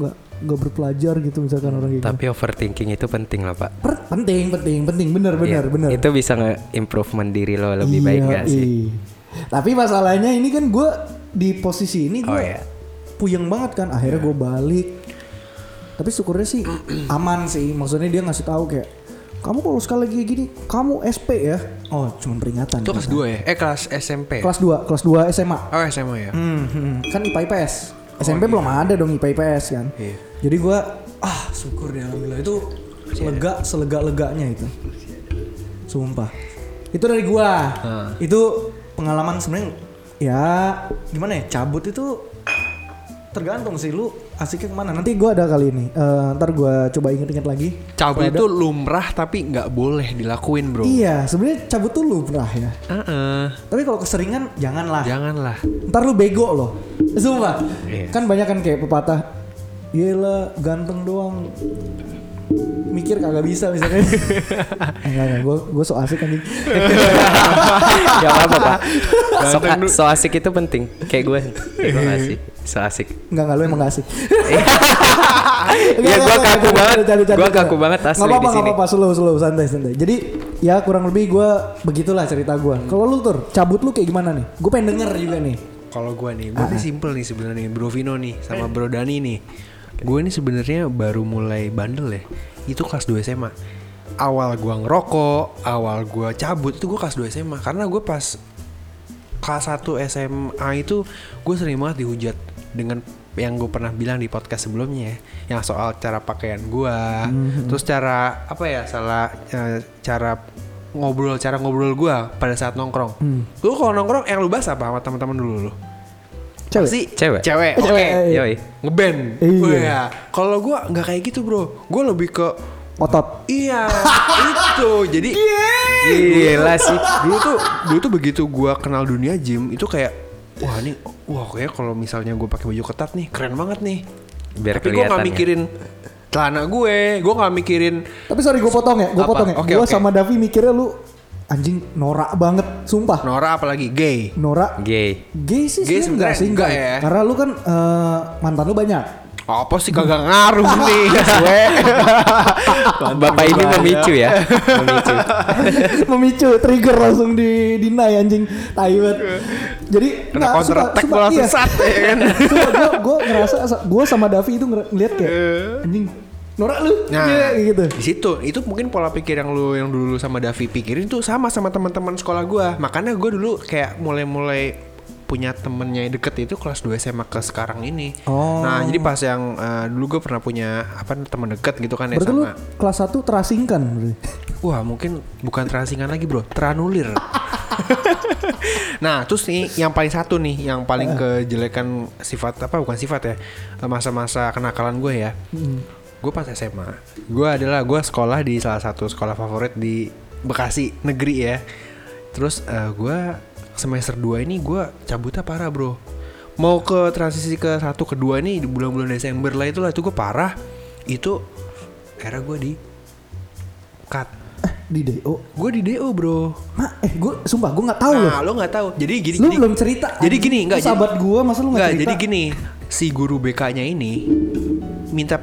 nggak berpelajar gitu misalkan orang kayak gitu. Tapi overthinking itu penting loh, Pak. Penting bener. Iya, itu bisa nge-improvement diri lo lebih baik gak sih? Tapi masalahnya ini kan gue di posisi ini gue iya. puyeng banget kan. Akhirnya gue balik. Tapi syukurnya sih aman sih. Maksudnya dia ngasih tahu kayak, kamu kalau sekali lagi gini, kamu SP ya. Oh, cuma peringatan. Itu kelas 2 ya? Kelas SMP. Kelas 2 SMA. Oh, SMA ya. Kan IPA IPS. SMP belum ada dong IPA IPS kan. Iya. Jadi gue syukur deh alhamdulillah itu selega-leganya itu. Sumpah. Itu dari gua. Itu pengalaman sebenarnya ya gimana ya? Cabut itu tergantung sih lu asiknya kemana. Nanti gua ada kali ini. Ntar gua coba inget-inget lagi. Cabut itu lumrah tapi nggak boleh dilakuin, bro. Iya, sebenarnya cabut tuh lumrah ya. Tapi kalau keseringan janganlah. Janganlah. Ntar lu bego loh. Sumpah. Iya. Kan banyak kan kayak pepatah. Yelah ganteng doang. Mikir kagak bisa misalnya. Enggak, gue so asik anjing. Ya apa Pak. So asik itu penting. Kayak gue gak sih. So asik. Enggak lu emang gak asik. Ya gue kaku banget. Gue kaku banget asli di sini. Gak apa-apa, slow, santai. Jadi ya kurang lebih gue begitulah cerita gue. Kalau lu Tur, cabut lu kayak gimana nih? Gue pengen denger juga nih. Kalau gue nih simple nih sebenarnya Bro Vino nih sama Bro Dani nih. Gue ini sebenarnya baru mulai bandel ya. Itu kelas 2 SMA. Awal gue ngerokok, awal gue cabut itu gue kelas 2 SMA. Karena gue pas kelas 1 SMA itu gue sering banget dihujat dengan yang gue pernah bilang di podcast sebelumnya ya, yang soal cara pakaian gue, terus cara cara ngobrol gue pada saat nongkrong. Lu kalau nongkrong yang lu bahas apa sama teman-teman dulu lu? Cewek. Oke. Yoi. Ngeband. Iya. Kalau gue nggak kayak gitu, bro. Gue lebih ke otot. Iya, itu. Jadi gila sih. Dulu tuh begitu gue kenal dunia gym itu kayak kayak kalau misalnya gue pakai baju ketat nih, keren banget nih. Biar tapi gue nggak mikirin celana gue nggak mikirin. Tapi sorry gue potong ya. Gue sama Davi mikirnya lu anjing norak banget, sumpah. Norak apalagi gay. Norak. Gay Sih enggak sih enggak ya. Karena lu kan mantan lu banyak. Apa sih kagak ngaruh nih. Bapak ini memicu ya. Memicu trigger langsung di deny anjing. Tai banget. Jadi kena counter attack bola sesat ya kan. Gue ngerasa gue sama Davi itu ngeliat kayak anjing norak lu. Nah, gitu. Di situ itu mungkin pola pikir yang dulu sama Davi pikirin tuh sama teman-teman sekolah gue. Makanya gue dulu kayak mulai punya temennya deket itu kelas 2 SMA ke sekarang ini. Nah jadi pas yang dulu gue pernah punya teman deket gitu kan. Berarti ya sama. Lu kelas 1 terasingkan berarti? Wah mungkin bukan terasingan lagi bro, teranulir. Nah terus nih yang paling satu nih, yang paling kejelekan bukan sifat ya, masa-masa kenakalan gue ya. Gue pas SMA, gue sekolah di salah satu sekolah favorit di Bekasi negeri ya. Terus gue semester 2 ini gue cabutnya parah bro. Mau ke transisi ke 1 ke 2 ini di bulan-bulan Desember lah itu gue parah. Itu era gue di cut. Di DO? Gue di DO bro. Gue sumpah gue nggak tahu loh. Nah lo nggak tahu. Jadi gini. Lu belum cerita. Jadi gini nggak. Sahabat gue masa lu nggak cerita? Jadi gini. Si guru BK-nya ini minta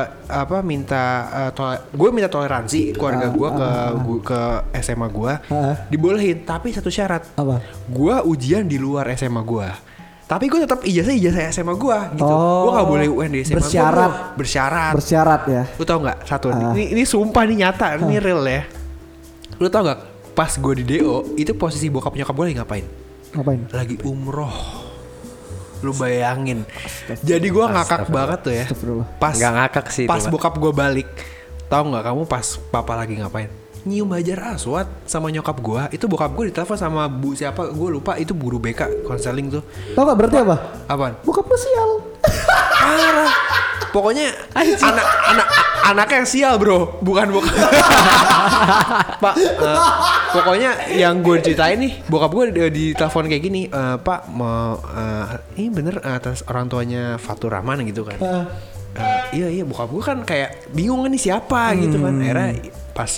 gue minta toleransi keluarga gue ke SMA gue dibolehin, tapi satu syarat. Apa? Gue ujian di luar SMA gue, tapi gue tetap ijazah SMA gue gitu. Gue nggak boleh UN di SMA bersyarat ya. Lu tau nggak satu ini sumpah nih nyata, ini real ya. Lu tau nggak pas gue di DO itu posisi bokap nyokap gue lagi ngapain? Lagi umroh. Lu bayangin. Jadi gue ngakak banget tuh ya. Pas nggak ngakak sih. Pas bokap gue balik, tahu nggak kamu pas papa lagi ngapain? Nyium Hajar Aswad sama nyokap gue. Itu bokap gue ditelepon sama bu siapa? Gue lupa. Itu guru BK konseling tuh. Tahu nggak berarti apa? Apaan? Bokap lu sial. Parah. Pokoknya anaknya yang sial bro, bukan bokap. Pak, pokoknya yang gue ceritain nih, bokap gue di telepon kayak gini, Pak mau ini bener atas orang tuanya Fatur Rahman gitu kan. Iya bokap gue kan kayak bingung nih siapa gitu kan. Akhirnya pas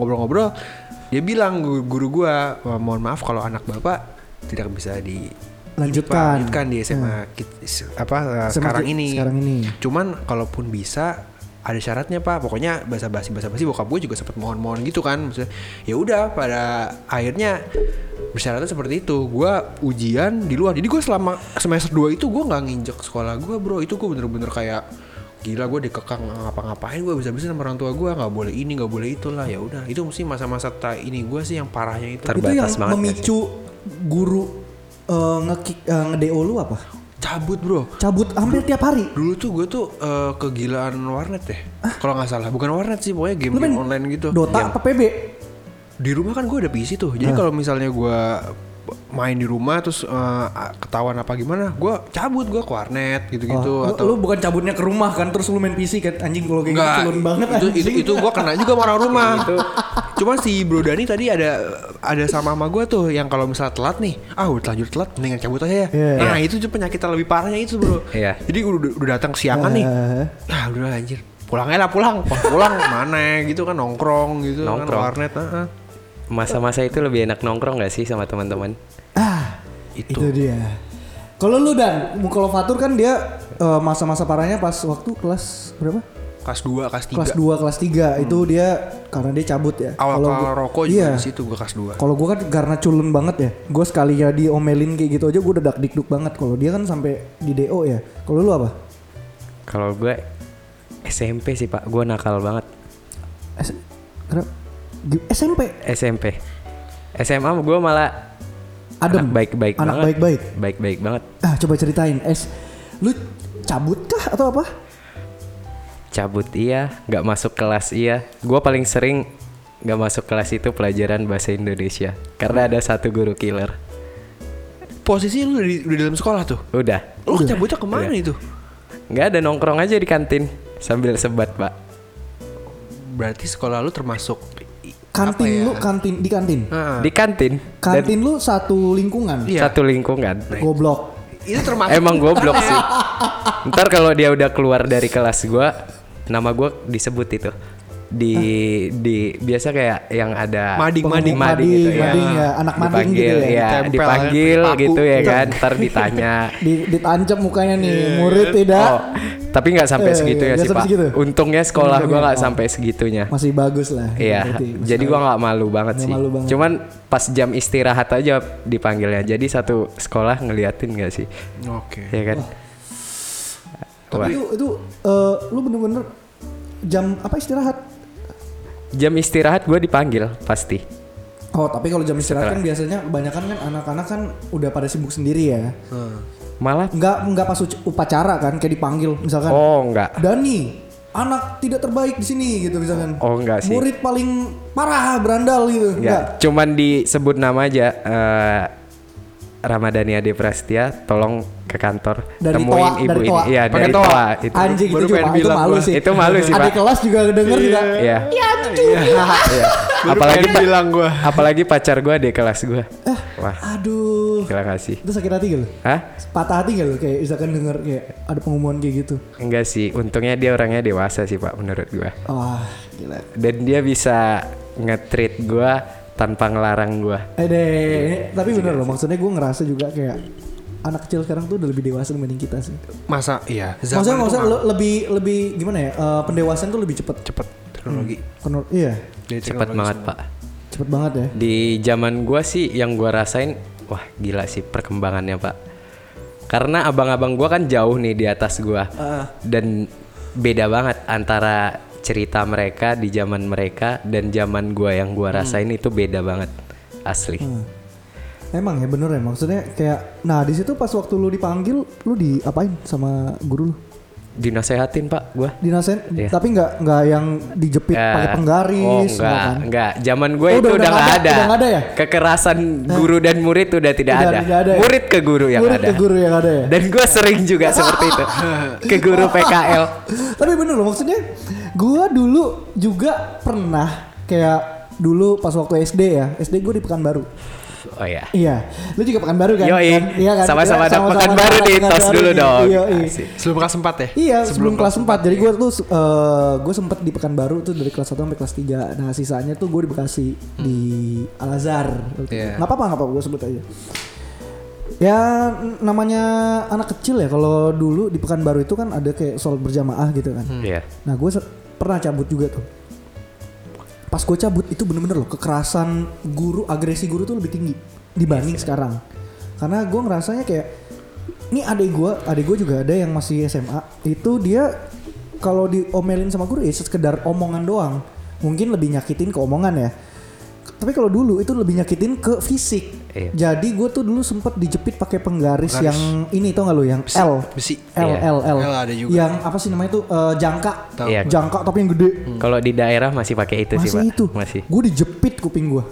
ngobrol-ngobrol, dia bilang guru gue, mohon maaf kalau anak bapak tidak bisa Lanjutkan. Lanjutkan di SMA sekarang ini. Sekarang ini. Cuman kalaupun bisa ada syaratnya Pak. Pokoknya basa-basi bokap gue juga sempat mohon-mohon gitu kan. Maksudnya ya udah pada akhirnya bersyaratnya seperti itu. Gue ujian di luar. Jadi gue selama semester 2 itu gue nggak nginjek sekolah gue bro. Itu gue bener-bener kayak gila, gue dikekang ngapa-ngapain, gue bisa-bisa sama orang tua gue nggak boleh ini nggak boleh itulah. Ya udah itu mesti masa-masa ini gue sih yang parahnya itu. Itu yang memicu guru nge-kick nge-DO lu apa? Cabut bro. Cabut hampir tiap hari. Dulu tuh gue tuh kegilaan warnet deh. Kalau nggak salah, bukan warnet sih, pokoknya game online gitu. Dota apa PB? Di rumah kan gue ada PC tuh. Jadi kalau misalnya gue main di rumah terus ketahuan apa gimana, gue cabut, gue ke warnet gitu-gitu. Atau lu bukan cabutnya ke rumah kan terus lu main PC kan, anjing kalau kayak gitu culun banget itu gue kena juga sama orang rumah. Cuma si Bro Dani tadi ada sama gue tuh yang kalau misalnya telat nih, udah terlanjur telat mendingan cabut aja ya. Nah itu penyakit yang lebih parahnya itu bro. Jadi udah datang kesiangan nih, udah anjir pulang mana gitu kan, nongkrong gitu kan warnet. Masa-masa itu lebih enak nongkrong gak sih sama teman-teman? Itu dia. Kalau lu Dan, kalau Fatur kan dia masa-masa parahnya pas waktu kelas berapa? Kelas 2, kelas 3. Kelas 2, kelas 3 itu dia karena dia cabut ya. Awal rokok juga di situ gue kelas 2. Kalau gue kan karena culun banget ya. Gue sekali ya diomelin kayak gitu aja gue udah dak-dikduk banget. Kalau dia kan sampai di DO ya. Kalau lu apa? Kalau gue SMP sih Pak, gue nakal banget. SMP. SMA gue malah adem, anak baik-baik banget. Anak baik-baik. Baik-baik banget. Coba ceritain. Lu cabut kah atau apa? Cabut iya, nggak masuk kelas iya. Gue paling sering nggak masuk kelas itu pelajaran bahasa Indonesia karena ada satu guru killer. Posisi lu udah dalam sekolah tuh? Udah. Lu cabutnya kemana itu? Nggak ada, nongkrong aja di kantin sambil sebat Pak. Berarti sekolah lu termasuk kantin ya? Lu kantin di kantin? Di kantin. Kantin lu satu lingkungan? Iya. Satu lingkungan. Goblok. Itu termasuk. Emang goblok sih. Ntar kalau dia udah keluar dari kelas gue, nama gue disebut itu di biasa kayak yang ada mading gitu ya, anak mading dipanggil, gitu ya, dipanggil gitu ya kan, ntar ditanya ditancap mukanya nih murid tidak tapi nggak sampai segitu ya sih Pak segitu. Untungnya sekolah gue nggak sampai segitunya, masih bagus lah iya, jadi gue nggak malu banget sih, cuman pas jam istirahat aja dipanggilnya, jadi satu sekolah ngeliatin nggak sih, ya kan. Tapi itu lu bener-bener jam apa istirahat? Jam istirahat gue dipanggil pasti. Oh tapi kalau jam istirahat kan biasanya kebanyakan kan anak-anak kan udah pada sibuk sendiri ya. Malah nggak pas upacara kan kayak dipanggil misalkan. Oh enggak. Dani anak tidak terbaik di sini gitu misalkan. Oh enggak sih. Murid paling parah berandal gitu. Enggak. Cuman disebut nama aja. Ramadhani Ade Prasetya, tolong ke kantor dari temuin toa, ibu dari ini. Toa. Iya, dari Toa itu. Anjing itu juga itu malu sih. Itu malu sih, Pak. Adik kelas juga denger juga. Iya. Iya, iya. Apalagi bilang gua. Apalagi pacar gua di kelas gua. Wah. Aduh. Terima kasih. Itu sakit hati gak lu? Hah? Patah hati gak lu kayak misalkan denger kayak ada pengumuman kayak gitu? Enggak sih, untungnya dia orangnya dewasa sih Pak menurut gua. Wah, gila. Dan dia bisa nge-treat gua tanpa ngelarang gua. Tapi bener loh, maksudnya gue ngerasa juga kayak anak kecil sekarang tuh udah lebih dewasa dibanding kita sih. Masa iya. Maksudnya lebih gimana ya? Pendewasaan tuh lebih cepet teknologi. Iya. Cepet banget Pak. Cepet banget ya. Di zaman gua sih yang gua rasain, wah gila sih perkembangannya Pak. Karena abang-abang gua kan jauh nih di atas gua. Dan beda banget antara cerita mereka di zaman mereka dan zaman gua yang gua rasain itu beda banget asli. Emang ya bener ya, maksudnya kayak nah di situ pas waktu lu dipanggil lu diapain sama guru lu? Dinasehatin Pak gua. Dinasehatin, tapi nggak yang dijepit pakai penggaris. Enggak. Zaman gue itu udah nggak ada. Udah nggak ada ya? Kekerasan guru dan murid udah tidak ada. Ya? Murid ke guru yang ada. Ya? Dan gue sering juga seperti itu ke guru PKL. Tapi bener loh, maksudnya gue dulu juga pernah kayak dulu pas waktu SD ya. SD gue di Pekanbaru. Oh ya. Iya, lu juga Pekanbaru kan? Iya kan? Sama-sama ada Pekanbaru di tos dulu dong. Sebelum kelas 4 ya? Iya, sebelum kelas 4. Jadi gue tuh gue sempet di Pekanbaru tuh dari kelas 1 sampai kelas 3. Nah, sisanya tuh gue di Bekasi di Al Azhar. Enggak apa-apa gue sebut aja. Ya namanya anak kecil ya, kalau dulu di Pekanbaru itu kan ada kayak sholat berjamaah gitu kan. Iya. Nah gue pernah cabut juga tuh. Pas gue cabut itu bener-bener loh, kekerasan guru, agresi guru tuh lebih tinggi dibanding sekarang. Karena gue ngerasanya kayak, ini adik gue juga ada yang masih SMA. Itu dia kalau diomelin sama guru ya sekedar omongan doang. Mungkin lebih nyakitin ke omongan ya. Tapi kalau dulu itu lebih nyakitin ke fisik. Iya. Jadi gue tuh dulu sempet dijepit pakai penggaris yang ini, tau gak lo, yang Besi. L. Besi. L. L ada juga. Yang apa sih namanya itu, jangka. Iya. Jangka tapi yang gede. Kalau di daerah masih pakai itu sih, Masih Pak. itu. Masih. Gue dijepit kuping gue.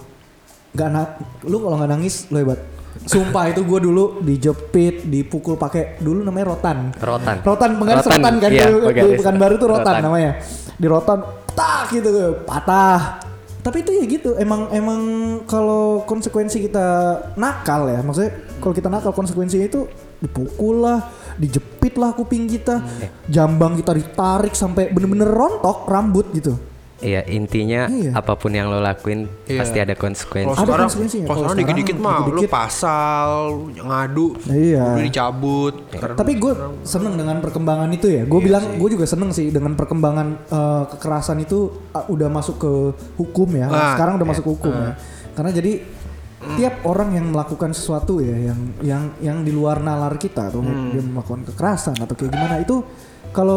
Lu kalau nggak nangis lo hebat. Sumpah itu gue dulu dijepit, dipukul pakai dulu namanya rotan. Penggaris rotan kan, iya, di Pekanbaru tuh rotan rotan namanya. Di rotan tak gitu patah. Tapi itu ya gitu, emang kalau konsekuensi kita nakal ya, maksudnya kalau kita nakal konsekuensinya itu dipukul lah, dijepit lah kuping kita, jambang kita ditarik sampai bener-bener rontok rambut gitu. Iya, intinya Iya. apapun yang lo lakuin pasti ada konsekuensi. Kalau sekarang, konsekuensinya. kalau Kalau sekarang dikit-dikit mah lu dikit-dikit. pasal, lu ngadu, Iya. udah dicabut. Karena Tapi gue seneng dengan perkembangan itu ya. Gue bilang gue juga seneng sih dengan perkembangan kekerasan itu udah masuk ke hukum ya. Sekarang udah masuk ke hukum ya. Karena jadi tiap orang yang melakukan sesuatu ya, yang di luar nalar kita atau dia melakukan kekerasan atau kayak gimana itu, kalau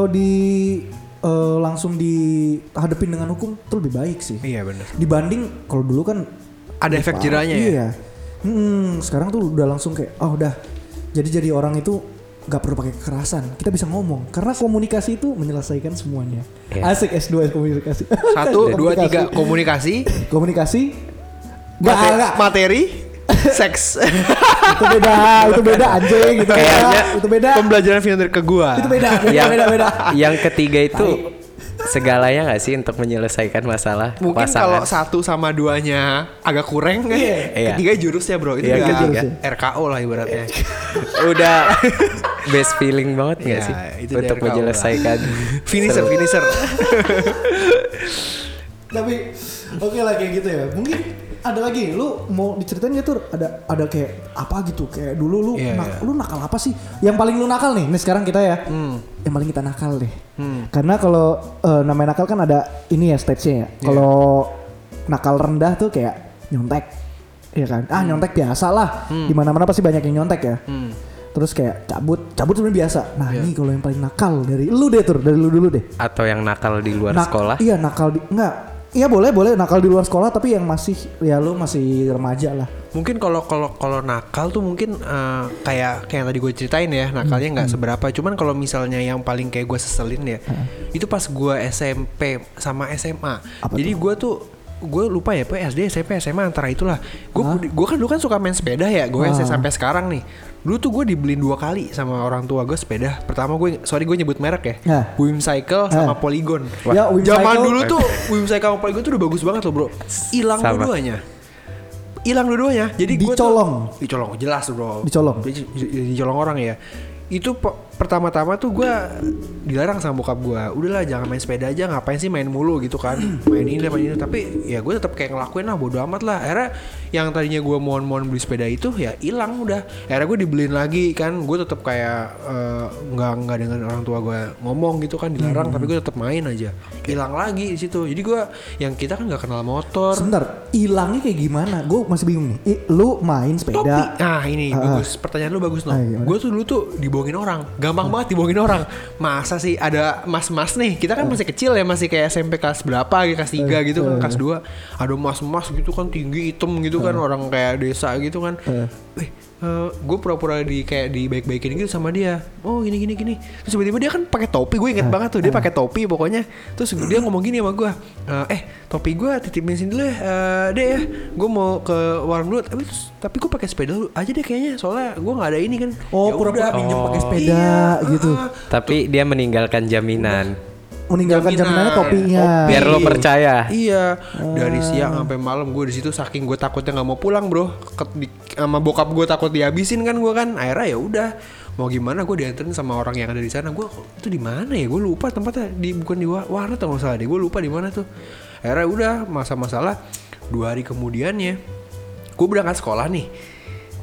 langsung dihadapin dengan hukum itu lebih baik sih. Iya benar. Dibanding kalau dulu kan Ada efek jerahnya ya. Iya. Sekarang tuh udah langsung kayak udah. Jadi orang itu gak perlu pakai kekerasan. Kita bisa ngomong karena komunikasi itu menyelesaikan semuanya. Iya. Asik S2 komunikasi. 1, 2, 3 komunikasi, Komunikasi. Gak. materi, seks. Itu beda anjing gitu. Kayaknya Itu beda. Pembelajaran Vinoder ke gua. Itu beda. Yang ketiga itu segalanya nggak sih untuk menyelesaikan masalah Mungkin pasangan? kalau 1 sama 2-nya agak kurang kan. Iya. Ketiga jurusnya bro. Itu Iya, udah ketiga. RKO lah ibaratnya. Udah best feeling banget nggak Iya, sih itu untuk dari kau menyelesaikan Finisher. Tapi oke lah kayak gitu ya. Mungkin ada lagi, lu mau diceritain gak tuh ada kayak apa gitu, kayak dulu lu lu nakal apa sih? Yang paling lu nakal nih sekarang kita ya. Yang paling kita nakal deh. Karena kalau namanya nakal kan ada ini ya stage-nya ya. Kalau nakal rendah tuh kayak nyontek. Iya kan? Nyontek biasa lah. Di mana-mana pasti banyak yang nyontek ya. Terus kayak cabut sebenarnya biasa. Nah, ini kalau yang paling nakal dari lu dulu deh. atau yang nakal di luar sekolah? Iya, nakal enggak. Iya boleh nakal di luar sekolah tapi yang masih ya lu masih remaja lah. Mungkin kalau nakal tuh mungkin kayak yang tadi gue ceritain ya, nakalnya nggak seberapa. Cuman kalau misalnya yang paling kayak gue seselin ya, itu pas gue SMP sama SMA. Jadi gue lupa ya, SD, SMP, SMA antara itulah. Gue kan dulu kan suka main sepeda ya, gue sampai sekarang nih. Dulu tuh gue dibeliin 2 kali sama orang tua gue sepeda. Pertama gue nyebut merek ya, Wim Cycle sama Polygon. Ya, Wim Zaman Cycle. dulu tuo Wim Cycle sama Polygon tuh udah bagus banget loh bro. Hilang dua-duanya. Jadi gue dicolong jelas bro. Dicolong orang ya. Itu pertama-tama tuh gue dilarang sama bokap gue. Udahlah jangan main sepeda aja, ngapain sih main mulu gitu kan. main ini. Tapi ya gue tetap kayak ngelakuin lah, bodo amat lah. Akhirnya yang tadinya gue mohon beli sepeda itu ya hilang udah. Akhirnya gue dibeliin lagi kan. Gue tetap kayak nggak dengan orang tua gue ngomong gitu kan, dilarang. Tapi gue tetap main aja. Hilang lagi di situ. Jadi gue yang kita kan nggak kenal motor. Sebentar, hilangnya kayak gimana? Gue masih bingung nih. Lu main sepeda. Nah ini bagus, pertanyaan lu bagus Gue tuh dulu tuh dibohongin orang, gampang banget dibohongin orang. Masa sih ada mas-mas nih, kita kan masih kecil ya, masih kayak SMP kelas berapa, kelas 3 gitu kan, kelas 2. Ada mas-mas gitu kan, tinggi hitam gitu kan, orang kayak desa gitu kan. Gue pura-pura kayak dibaik-baikin gitu sama dia. Oh gini. Terus tiba-tiba dia kan pakai topi, gue inget banget tuh dia pakai topi pokoknya. Terus dia ngomong gini sama gue, topi gue titipin sini dulu ya, deh ya. Gue mau ke warung dulu. Tapi gue pakai sepeda dulu aja deh kayaknya, soalnya gue nggak ada ini kan. Oh, Ya pura-pura udah. minjem pakai sepeda gitu. Tapi dia meninggalkan jaminan. Meninggalkan jaminannya topinya. Biar lo percaya. Iya, dari siang sampai malam gue di situ, saking gue takutnya nggak mau pulang bro. Sama bokap gue takut dihabisin kan gue kan. Akhirnya ya udah, mau gimana gue dianterin sama orang yang ada di sana. Gue itu di mana ya? Gue lupa tempatnya, bukan di warnet atau nggak salah deh. Gue lupa di mana tuh. Akhirnya udah, masalah 2 hari kemudiannya gue berangkat sekolah nih.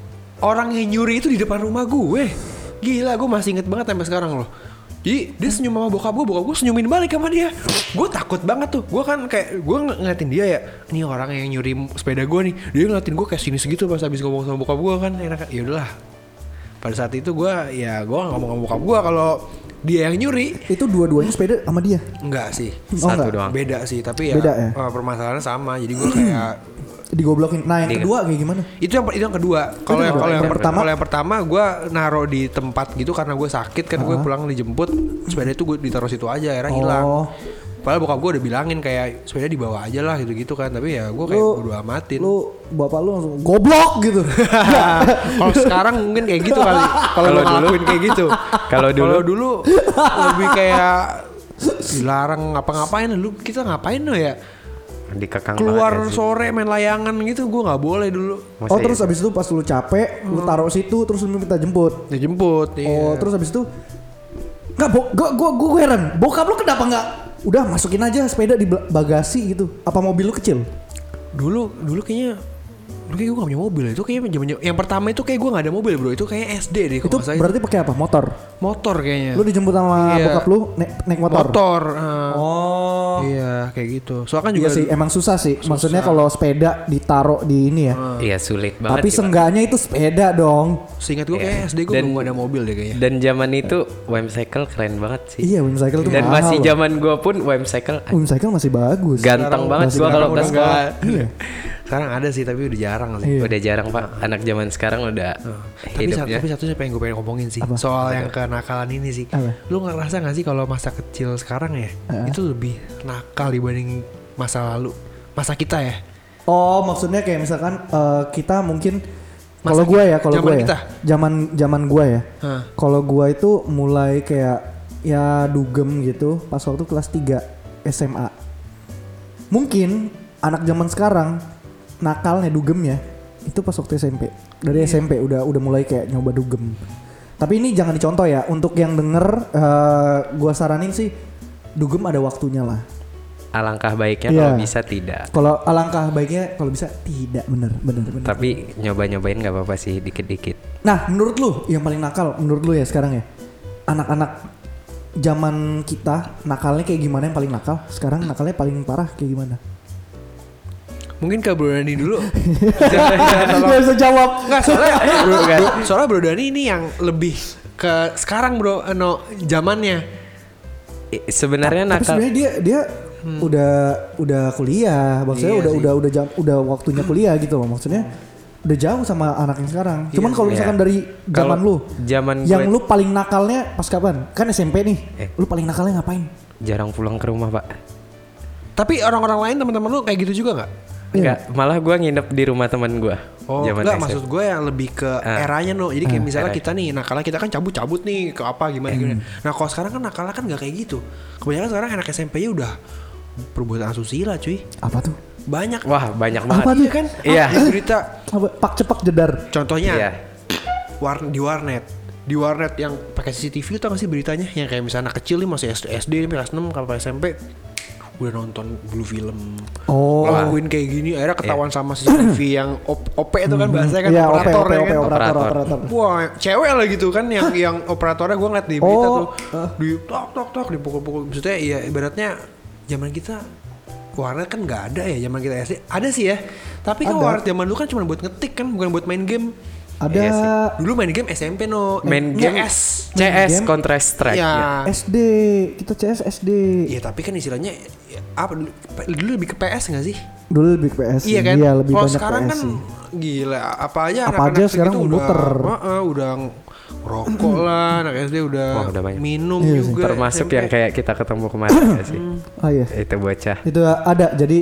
orang yang nyuri itu di depan rumah gue. Gila, gue masih inget banget sampai sekarang loh. Jadi dia senyum sama bokap gue senyumin balik sama dia. Gue takut banget tuh. Gue kan kayak gue ngeliatin dia ya. Ini orang yang nyuri sepeda gue nih. Dia ngeliatin gue kayak sini segitu pas habis ngomong sama bokap gue kan. Enak. Ya udahlah. Pada saat itu gue ngomong sama bokap gue kalau dia yang nyuri. Itu dua-duanya sepeda sama dia? Enggak sih. Satu enggak. doang. Beda sih. Tapi ya, Beda ya? permasalahannya sama. Jadi gue kayak Digoblokin. Nah yang kedua kayak gimana? itu yang kedua. Kalau Itu yang pertama? kalau yang pertama gue naruh di tempat gitu karena gue sakit kan. Gue pulang dijemput, sepeda itu gue ditaruh situ aja, akhirnya hilang. Padahal bokap gue udah bilangin kayak sepeda dibawa aja lah gitu kan. Tapi ya gue kayak bodo amatin. Bapak lu langsung goblok gitu. Kalau sekarang mungkin kayak gitu kali. Kalau ngelakuin kayak gitu. Kalau dulu lebih kayak dilarang ngapa-ngapain. Lu kita ngapain lo ya? Dikekang Keluar banget ya sih. sore main layangan gitu gue nggak boleh dulu. Masa Terus iya? abis itu pas lu capek, lu taruh situ, terus lu minta jemput. Dijemput. Iya. Terus abis itu nggak, gue heran. Bokap lu kenapa nggak udah masukin aja sepeda di bagasi gitu? Apa mobil lu kecil? Dulu kayaknya gue gak punya mobil. Itu kayaknya yang pertama itu kayak gue gak ada mobil bro. Itu kayaknya SD deh. Itu berarti pakai apa? Motor kayaknya. lu dijemput sama Iya. bokap lu naik motor? Oh Iya kayak gitu. Soalnya kan juga iya sih, emang susah sih. Maksudnya kalau sepeda ditaruh di ini ya. Iya sulit banget. Tapi sih, Pak. seenggaknya itu sepeda dong. seingat gue kayak SD gue belum ada mobil deh kayaknya. Dan zaman itu Wemcycle keren banget sih. Iya, Wimcycle tuh Dan mahal masih loh. zaman gua pun Wemcycle Wimcycle masih bagus. ganteng banget masih gua kalau ganteng. ke sekolah. Iya. Sekarang ada sih tapi udah jarang sih. Iya. Udah jarang Pak. Anak zaman sekarang udah hidupnya. Tapi satu yang gue pengen ngomongin sih. Apa? Soal yang kenakalan ini sih. Apa? Lu gak ngerasa gak sih kalau masa kecil sekarang ya itu lebih nakal dibanding masa lalu. Masa kita ya. Oh, maksudnya kayak misalkan kita mungkin Masa kalau gue ya, kalau zaman gue ya, kita? zaman gue ya. Hah. Kalau gue itu mulai kayak ya dugem gitu pas waktu kelas 3 SMA. Mungkin anak zaman sekarang nakalnya dugemnya itu pas waktu SMP. Dari SMP udah mulai kayak nyoba dugem. Tapi ini jangan dicontoh ya. Untuk yang denger, gue saranin sih dugem ada waktunya lah. Alangkah baiknya Iya. kalau bisa tidak. Kalau alangkah baiknya kalau bisa tidak, bener. Tapi nyoba-nyobain nggak apa-apa sih dikit-dikit. Nah, menurut lu yang paling nakal, menurut lu ya sekarang ya, anak-anak zaman kita nakalnya kayak gimana yang paling nakal? Sekarang nakalnya paling parah kayak gimana? Mungkin ke Bro Dani dulu. Gak bisa jawab. Enggak, soalnya Bro Dani ini yang lebih ke sekarang bro, zamannya. Sebenarnya Tapi nakal. sebenarnya dia udah kuliah, maksudnya Iya udah waktunya kuliah gitu loh, maksudnya udah jauh sama anak yang sekarang. Cuman kalau misalkan Iya. dari zaman lu, Zaman yang gue lu paling nakalnya pas kapan? Kan SMP nih, lu paling nakalnya ngapain? jarang pulang ke rumah Pak. Tapi orang-orang lain teman-teman lu kayak gitu juga nggak? Enggak, malah gue nginep di rumah teman gue. Oh enggak, maksud gue yang lebih ke eranya no. Jadi kayak misalnya era. kita nih nakalnya kita kan cabut-cabut nih ke apa gimana. Nah kalau sekarang kan nakalnya kan nggak kayak gitu. Kebanyakan sekarang anak SMP-nya udah perbuatan asusila cuy. Apa tuh? Banyak. Wah banyak banget. Apa tuh? Iya kan? Iya. Di berita. Apa? Pak cepak jedar. Contohnya Iya. di warnet yang pakai CCTV tau gak sih beritanya yang kayak misalnya anak kecil nih masih SD kelas 6 kalau SMP udah nonton blue film ngelakuin kayak gini akhirnya ketahuan sama CCTV yang OP itu kan bahasanya kan Iya, operator ya kan operator. wah cewek lah gitu kan yang operatornya gue ngeliat di berita tuh di tok dipukul-pukul maksudnya ya ibaratnya zaman kita warnet kan nggak ada ya zaman kita SD ada sih ya tapi kan Ada. warnet zaman dulu kan cuma buat ngetik kan bukan buat main game. Ada Iya sih. Dulu main game SMP no. Main game CS. CS game? Counter Strike. Ya. SD, kita CS SD. Iya tapi kan istilahnya ya, apa dulu lebih ke PS nggak sih? Dulu lebih ke PS. Iya kan. Lebih Kalau banyak sekarang PS kan sih. gila apa aja Apa anak-anak aja sekarang segitu muter. udah rokok lah anak SD udah, Wah, udah banyak. minum Iya sih. juga. Termasuk SMP. yang kayak kita ketemu kemarin gak sih? Oh iya. Itu bocah. Itu ada. Jadi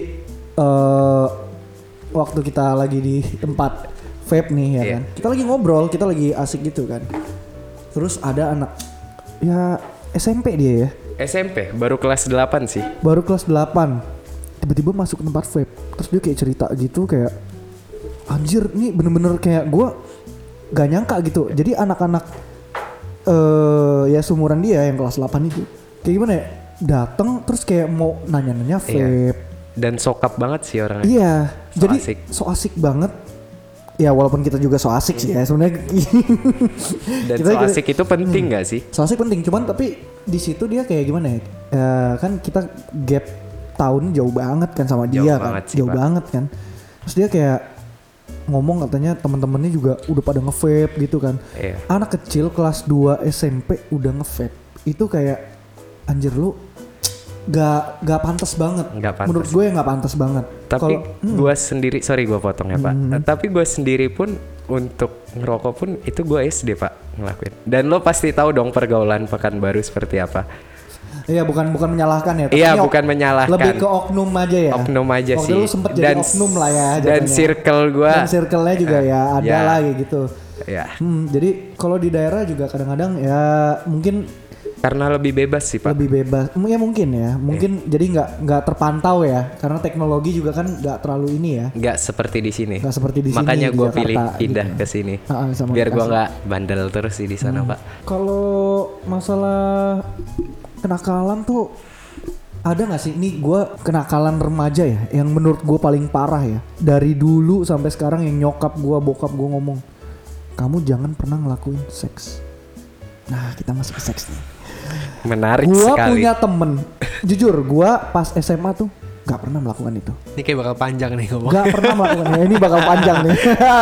waktu kita lagi di tempat vape nih ya Iya. kan. Kita lagi ngobrol, kita lagi asik gitu kan. Terus ada anak ya SMP dia ya. SMP baru kelas 8 sih. Baru kelas 8. Tiba-tiba masuk ke tempat vape. Terus dia kayak cerita gitu kayak anjir nih bener-bener kayak gue gak nyangka gitu. Jadi anak-anak ya seumuran dia yang kelas 8 itu. Kayak gimana ya? Dateng terus kayak mau nanya-nanya vape. Dan sokap banget sih orangnya. Iya, So jadi asik. so asik banget. ya walaupun kita juga so asik sih ya sebenarnya. Dan Kita so juga- asik itu penting gak sih? So asik penting, cuman tapi di situ dia kayak gimana ya? Kan kita gap tahun jauh banget kan sama Jauh dia kan, banget sih, jauh Pak. banget kan. Terus dia kayak ngomong katanya teman-temannya juga udah pada nge-vape gitu kan. Iya. Anak kecil kelas 2 SMP udah nge-vape. Itu kayak anjir lu gak pantas banget. Nggak pantas. Menurut gue nggak pantas banget. Tapi Kalau- gue sendiri, sorry gue potong ya Pak. Tapi gue sendiri pun untuk ngerokok pun itu gue SD Pak ngelakuin. Dan lo pasti tahu dong pergaulan Pekanbaru seperti apa. Iya bukan menyalahkan ya. Iya, ini bukan menyalahkan. Lebih ke oknum aja ya. Oknum aja Waktu sih. lu sempet jadi oknum lah ya. Dan jatuhnya. circle gue. Dan circle-nya juga ya ada ya. lah kayak gitu. Ya, Jadi kalau di daerah juga kadang-kadang ya mungkin karena lebih bebas sih Pak. lebih bebas. Ya mungkin ya. Mungkin jadi nggak terpantau ya. Karena teknologi juga kan nggak terlalu ini ya. Nggak seperti di sini. Nggak seperti di sini, Makanya di gue Jakarta, pilih gitu. pindah ke sini. Sama Biar gue Bekasi. nggak bandel terus sih di sana Pak. Kalau masalah kenakalan tuh ada nggak sih? Ini gue kenakalan remaja ya, yang menurut gue paling parah ya. Dari dulu sampai sekarang yang nyokap gue, bokap gue ngomong, kamu jangan pernah ngelakuin seks. Nah kita masuk ke seks nih. Menarik Gue sekali. punya temen, jujur gue pas SMA tuh nggak pernah melakukan itu. Ini kayak bakal panjang nih ngomong. Gak pernah melakukannya. Ini bakal panjang nih.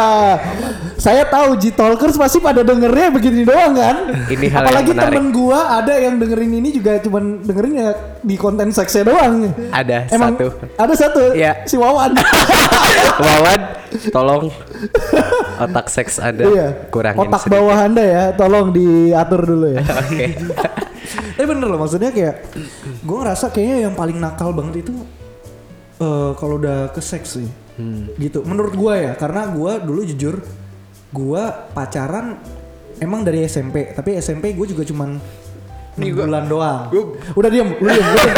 Saya tahu G-Talkers pasti pada dengernya begini doang kan. Ini hal yang Apalagi menarik. temen gua ada yang dengerin ini juga cuman dengerin ya di konten seksnya doang. Ada Emang satu. ada satu. Iya. Si Wawan. Wawan, tolong otak seks Anda Iya. kurangin Otak sedikit. bawah Anda ya, tolong diatur dulu ya. Oke. Tapi bener loh, maksudnya kayak gua ngerasa kayaknya yang paling nakal banget itu kalau udah ke seks sih. Gitu. Menurut gua ya, karena gua dulu jujur gua pacaran emang dari SMP, tapi SMP gue juga cuman 6 bulan doang. Udah diem, lu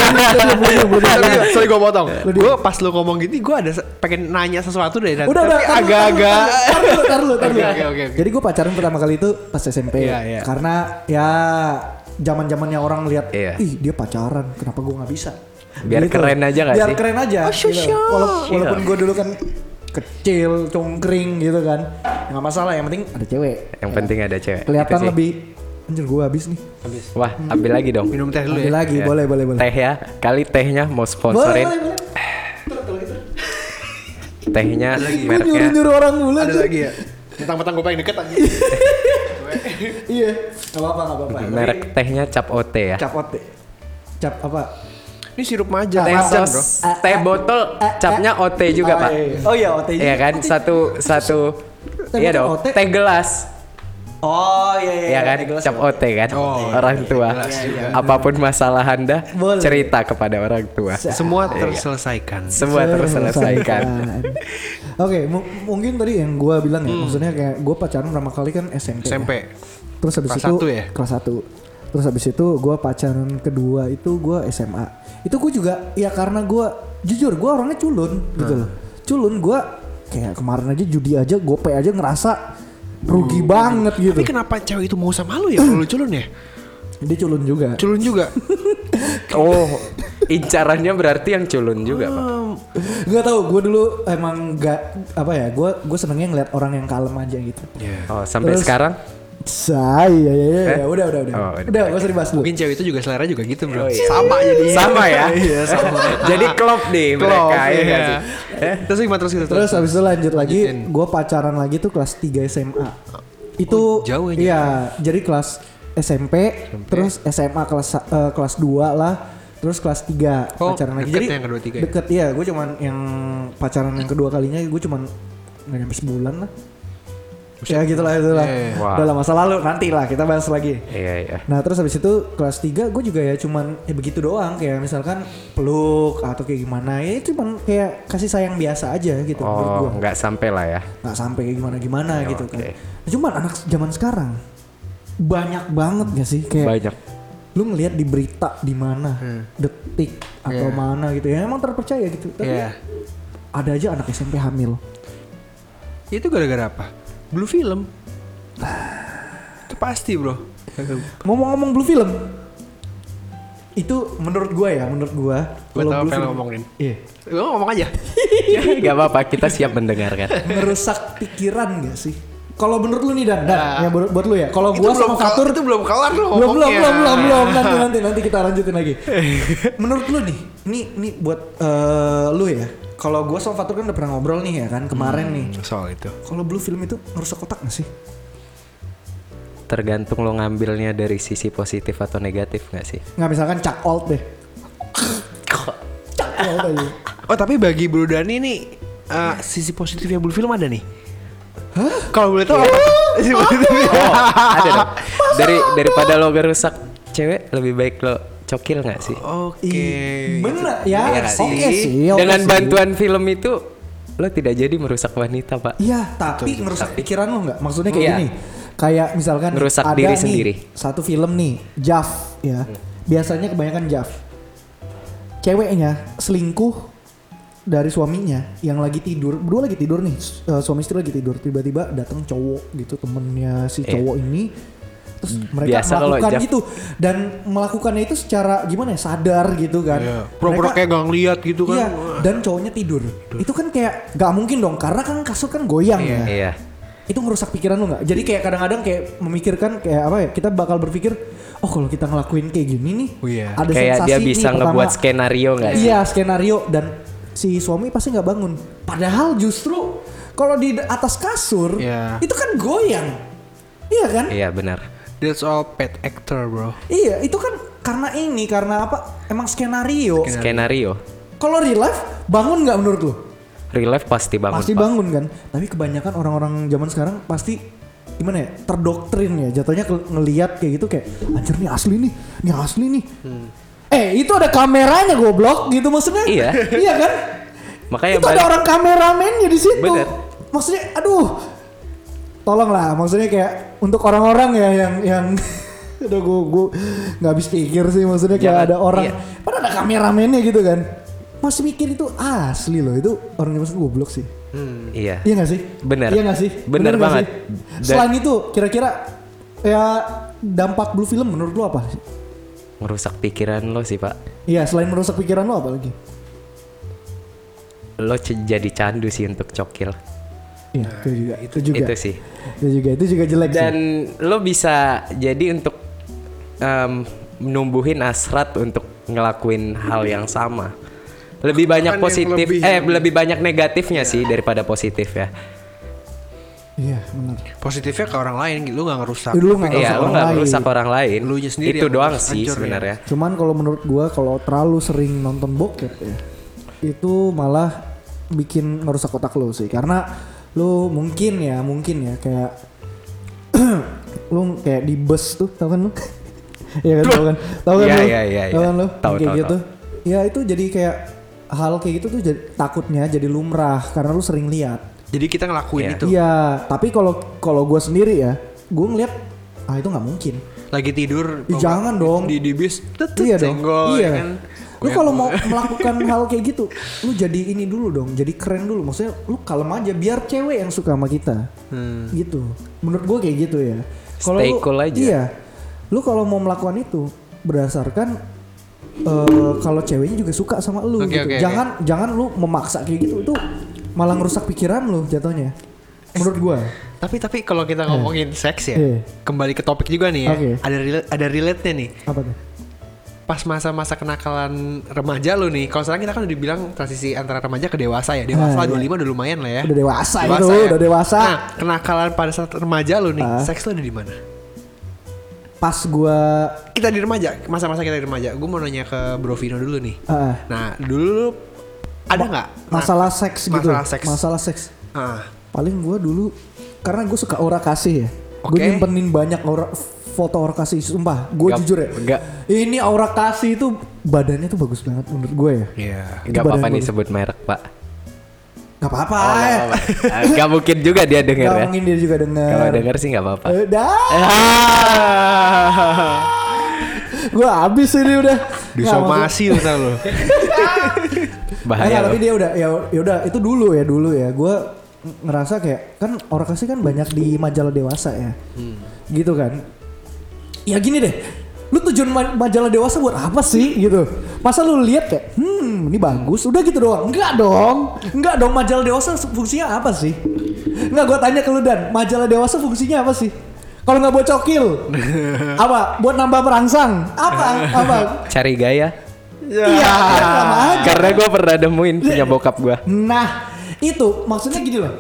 diem. Sorry gue potong. Lu Gue pas lu ngomong gini, gue ada pengen nanya sesuatu deh. Dan Udah, tapi agak-agak. Tar dulu. Oke. Jadi gue pacaran pertama kali itu pas SMP. Iya, iya. Karena ya zaman-zamannya orang lihat, Iya. ih dia pacaran, kenapa gue nggak bisa? Biar keren aja nggak Biar sih? keren aja. Gitu. Walaupun gue dulu kan kecil, congkring gitu kan, nggak masalah. Yang penting ada cewek. Yang penting ada cewek. Kelihatan Itu sih. lebih. Anjir gue habis nih. Wah, ambil lagi dong. Minum teh dulu Ambil ya. lagi, Ya. boleh. Teh ya. Kali tehnya mau sponsorin. Boleh. Tehnya Gue mereknya nyuruh orang mulu. Ada lagi ya. Mentang-mentang gue pengen deket aja. Iya. Gak apa-apa. merek tehnya Cap Ote ya. Cap ote. Cap apa? Ini sirup maja. Teh panjang, sos, bro. teh botol capnya Ote juga, Pak. Oh iya, ote. Iya kan? Satu Teh iya botol dong. Ote? Teh gelas. Oh iya. Iya kan? Cap Ote kan. Oh, Orang tua. Apapun masalah Anda, Boleh. cerita kepada orang tua. Semua terselesaikan. Semua terselesaikan. Oke, mungkin tadi yang gue bilang ya, maksudnya kayak gue pacaran pertama kali kan SMP. SMP. Ya. Terus habis Kelas itu 1 ya? Kelas 1. Terus habis itu gue pacaran kedua itu gue SMA. Itu gue juga ya karena gue jujur gue orangnya culun gitu loh. Culun gue kayak kemarin aja judi aja gope aja ngerasa rugi banget gitu. Tapi kenapa cewek itu mau sama lu ya kalau lu culun ya? Dia culun juga. Culun juga. Oh, incarannya berarti yang culun juga, Pak. Gak tau, gue dulu emang gak apa ya, gue senengnya ngeliat orang yang kalem aja gitu. Oh, sampai Terus- sekarang Saya ya, udah. Oh, Udah, gak usah dibahas dulu. Mungkin cewek itu juga selera juga gitu, bro. iya. Sama jadi. sama ya. Iya, sama. Jadi klop nih mereka ya nggak iya. sih? Terus gimana terus gitu? Terus habis itu lanjut lagi, Lanjutin. gue pacaran lagi tuh kelas 3 SMA. Itu jauh ya, iya, jadi kelas SMP, terus SMA kelas 2 lah, terus kelas 3 Oh, pacaran lagi. deket Jadi yang kedua, tiga ya? deket iya, gue cuman yang pacaran yang kedua kalinya gue cuman nggak nyampe sebulan lah. Ya gitulah. Iya. Wah. Udah lah masa lalu, nanti lah kita bahas lagi. Iya. Nah terus habis itu kelas 3 gue juga ya cuman ya begitu doang, kayak misalkan peluk atau kayak gimana, ya cuman kayak kasih sayang biasa aja gitu menurut Oh, gue. nggak sampai lah ya. Nggak sampai kayak gimana Ya, gitu oke. kan. Cuman anak zaman sekarang banyak banget gak sih kayak Banyak. lu ngelihat di berita di mana, Detik atau Iya. mana gitu ya, emang terpercaya gitu. Tapi Iya. ada aja anak SMP hamil. Itu gara-gara apa? Blue film. Itu pasti, bro. Ngomong-ngomong Blue Film, Itu menurut gue ya, menurut gue. Gue tau apa yang lo ngomongin. Iya. Lo ngomong aja. Gak apa-apa, kita siap mendengarkan. Ngerusak pikiran gak sih? Kalau menurut lu nih Dan, ya buat lu ya. Kalau gua sama Fatur itu belum kelar lo belum ngomongnya. nanti kita lanjutin lagi. Menurut lu nih, ini buat lu ya. Kalau gua sama Fatur kan udah pernah ngobrol nih ya kan kemarin nih. Soal itu. Kalau Blue Film itu ngerusak otak gak sih? Tergantung lo ngambilnya dari sisi positif atau negatif gak sih? Nggak misalkan Chuck Old deh. Chuck Old aja. Oh tapi bagi Bro Dani nih sisi positifnya Blue Film ada nih. Hah? Kalau boleh tahu apa? Sisi positifnya. Ada dong. Daripada lo ngerusak cewek, lebih baik lo cokil gak sih? Oke. Bener Iya ya. nggak Oke sih. Dengan bantuan film itu lo tidak jadi merusak wanita, Pak. Iya, tapi ngerusak pikiran lo nggak? Maksudnya kayak Iya. gini. Kayak misalkan Ngerusak ada diri nih sendiri. satu film nih, Jav ya. Biasanya kebanyakan Jav. Ceweknya selingkuh dari suaminya yang lagi tidur, berdua lagi tidur nih, suami istri lagi tidur, tiba-tiba datang cowok gitu temennya si cowok ini, terus mereka Biasa kalau melakukan Jav. gitu dan melakukannya itu secara gimana ya, sadar gitu kan. Iya. Pura-pura kayak gak ngeliat gitu kan. Iya, dan cowoknya tidur. Itu kan kayak gak mungkin dong karena kan kasur kan goyang ya. Iya. Itu ngerusak pikiran lu nggak? Jadi kayak kadang-kadang kayak memikirkan kayak apa ya? Kita bakal berpikir, oh kalau kita ngelakuin kayak gini nih, Oh iya. ada Kayak sensasi dia nih, bisa pertama. ngebuat skenario gak sih? Iya, skenario dan si suami pasti nggak bangun. Padahal justru kalau di atas kasur Iya. itu kan goyang, iya kan? Iya benar. That's all paid actor bro. Iya, itu kan karena apa? Emang skenario. Skenario. Kalau real life bangun nggak menurut lu? Real life pasti bangun. Pasti Pak. bangun kan. Tapi kebanyakan orang-orang zaman sekarang pasti gimana ya, terdoktrin ya jatuhnya ngelihat kayak gitu kayak anjir nih asli nih. Itu ada kameranya goblok gitu maksudnya. Iya. Iya kan? Makanya itu ada orang kameramennya di situ. Bener. Maksudnya aduh. Tolonglah maksudnya kayak untuk orang-orang ya yang udah gue nggak habis pikir sih maksudnya kayak Jangan, ada orang iya. padahal ada kameramennya gitu kan. Masih mikir itu asli loh, itu orang zaman sekarang goblok sih. Iya. Iya gak sih? Bener. Iya gak sih? Bener nggak banget. sih? Dan- Selain itu kira-kira ya dampak Blue Film menurut lo apa? Ngerusak pikiran lo sih, Pak. Iya selain merusak pikiran lo apa lagi? Lo jadi candu sih untuk cokil. Iya itu juga. Itu sih. Itu juga jelek sih. Dan lo bisa jadi untuk numbuhin hasrat untuk ngelakuin hal yang sama. Lebih banyak Kan yang positif, lebih- lebih banyak negatifnya sih daripada positif ya. Iya benar. Positifnya ke orang lain gitu, lu gak ngerusak. Lu nggak Iya, ngerusak lo orang nggak lain. merusak orang lain. Elunya sendiri Itu yang doang hancur sih ya. sebenarnya. Cuman kalau menurut gua kalau terlalu sering nonton bokep ya, itu malah bikin ngerusak otak lo sih. Karena lo mungkin ya kayak lu kayak di bus tuh, tau kan lu? Iya kan, tau kan? Tau kan Iya, lu? iya. Tau kan lu? Tahu, Kayak tahu, gitu. Ya itu jadi kayak hal kayak gitu tuh takutnya jadi lumrah karena lu sering lihat. Jadi kita ngelakuin Iya. itu. Iya, tapi kalau gue sendiri ya, gue ngeliat itu nggak mungkin. Lagi tidur. Ih, jangan dong. Di bis. Iya dong. Senggol, Iya. ya kan? Lu kalau mau melakukan hal kayak gitu, lu jadi ini dulu dong, jadi keren dulu. Maksudnya lu kalem aja, biar cewek yang suka sama kita. Gitu. Menurut gue kayak gitu ya. Stay cool aja. Iya. Lu kalau mau melakukan itu berdasarkan kalau ceweknya juga suka sama lu. Oke, gitu. oke, Jangan lu memaksa kayak gitu. Itu malah ngerusak pikiran lu jatuhnya. Menurut gue. Tapi kalau kita ngomongin seks ya, Iya. kembali ke topik juga nih ya. Oke. Ada relate-nya nih. Apa tuh? Pas masa-masa kenakalan remaja lu nih. Kalau sekarang kita kan udah dibilang transisi antara remaja ke dewasa ya. Dewasa lah, 25 udah lumayan lah ya. Udah dewasa itu, ya. udah dewasa. Nah, kenakalan pada saat remaja lu nih, seks lu ada di mana? Pas gua Kita di remaja, masa-masa kita di remaja. Gue mau nanya ke Bro Vino dulu nih. Nah, dulu lu ada nggak masalah seks gitu. masalah seks? Paling gua dulu karena gue suka aura kasih ya. Gue Oke. nyimpenin banyak foto aura kasih, sumpah. Gue jujur ya. Enggak. Ini aura kasih itu badannya tuh bagus banget menurut gue ya. Iya. Gak badan apa-apa gua. nih sebut merek, Pak. Gak apa-apa. Gak mungkin juga dia denger Gak ya. mungkin dia juga denger. Kalau denger sih gak apa-apa. Udah. Gue habis ini udah. Disomasi lu tau lu. Bahaya Tapi loh. dia udah ya udah itu dulu ya. Gue ngerasa kayak kan aura kasih kan banyak di majalah dewasa ya. Gitu kan. Ya gini deh. lu tujuan majalah dewasa buat apa sih gitu? Masa lu lihat kayak, ini bagus, udah gitu doang? Enggak dong, majalah dewasa fungsinya apa sih? Enggak, gue tanya ke lu Dan, majalah dewasa fungsinya apa sih? Kalau nggak buat cokil, apa? Buat nambah merangsang, apa? Cari gaya. Iya, sama aja. Karena gue pernah nemuin punya bokap gue. Nah, itu maksudnya gini loh.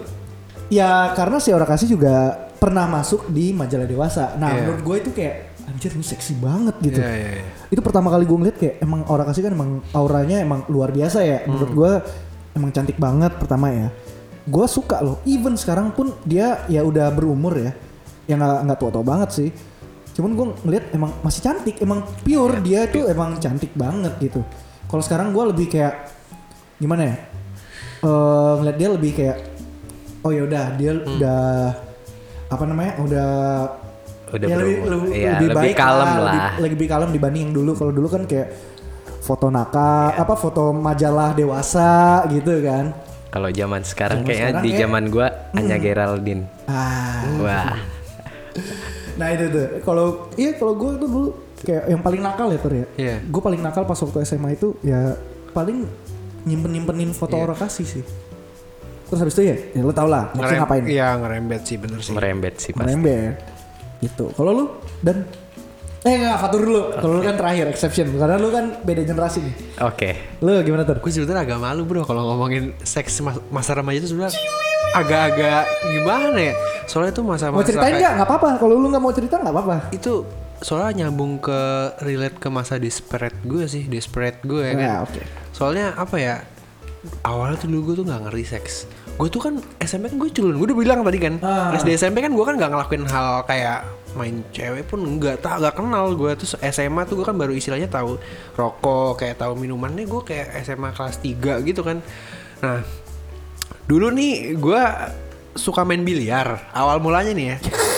Ya karena si Orakasi juga pernah masuk di majalah dewasa. Nah, menurut gue itu kayak anjir ini seksi banget gitu. Itu pertama kali gue ngeliat kayak emang Orakasi kan emang auranya emang luar biasa ya. Menurut gue emang cantik banget pertama ya. Gue suka loh. Even sekarang pun dia ya udah berumur ya. Ya nggak tua-tua banget sih. Cuman gue ngeliat emang masih cantik. Emang pure dia tuh emang cantik banget gitu. Kalau sekarang gue lebih kayak gimana ya? Ngeliat dia lebih kayak oh ya udah dia udah apa namanya udah ya lebih baik kalem lah. Lebih kalem dibanding yang dulu. Kalau dulu kan kayak foto foto majalah dewasa gitu kan. Kalau zaman sekarang kayaknya di zaman gua Anya Geraldine. Wah. Nah itu tuh. Kalau gue tuh dulu kayak yang paling nakal ya Tur ya. Gue paling nakal pas waktu SMA itu ya paling nyimpenin foto Orakasi sih. Terus habis itu ya lo tau lah maksudnya ngapain? Iya ngerembet sih bener sih. Merembet sih pasti. Merembet. Gitu. Kalau lu Dan enggak Fatur dulu. Kalau lu kan terakhir exception karena lu kan beda generasi nih. Oke. Lu gimana Tur? Gue sebetulnya agak malu bro kalau ngomongin seks masa remaja itu sebenarnya agak-agak gimana ya? Soalnya itu masa-masa mau ceritain nggak apa-apa. Kalau lu nggak mau cerita nggak apa-apa. Itu soalnya nyambung ke relate ke masa desperate gue ya kan. Okay. Soalnya apa ya? Awalnya tuh dulu gue tuh nggak ngerti seks. Gue tuh kan SMP kan gue culun. Gue udah bilang tadi kan. SD SMP kan gue kan nggak ngelakuin hal kayak main cewek pun nggak kenal gue. Terus SMA tuh gue kan baru istilahnya tahu rokok, kayak tahu minumannya gue kayak SMA kelas 3 gitu kan. Nah dulu nih gue suka main biliar. Awal mulanya nih ya.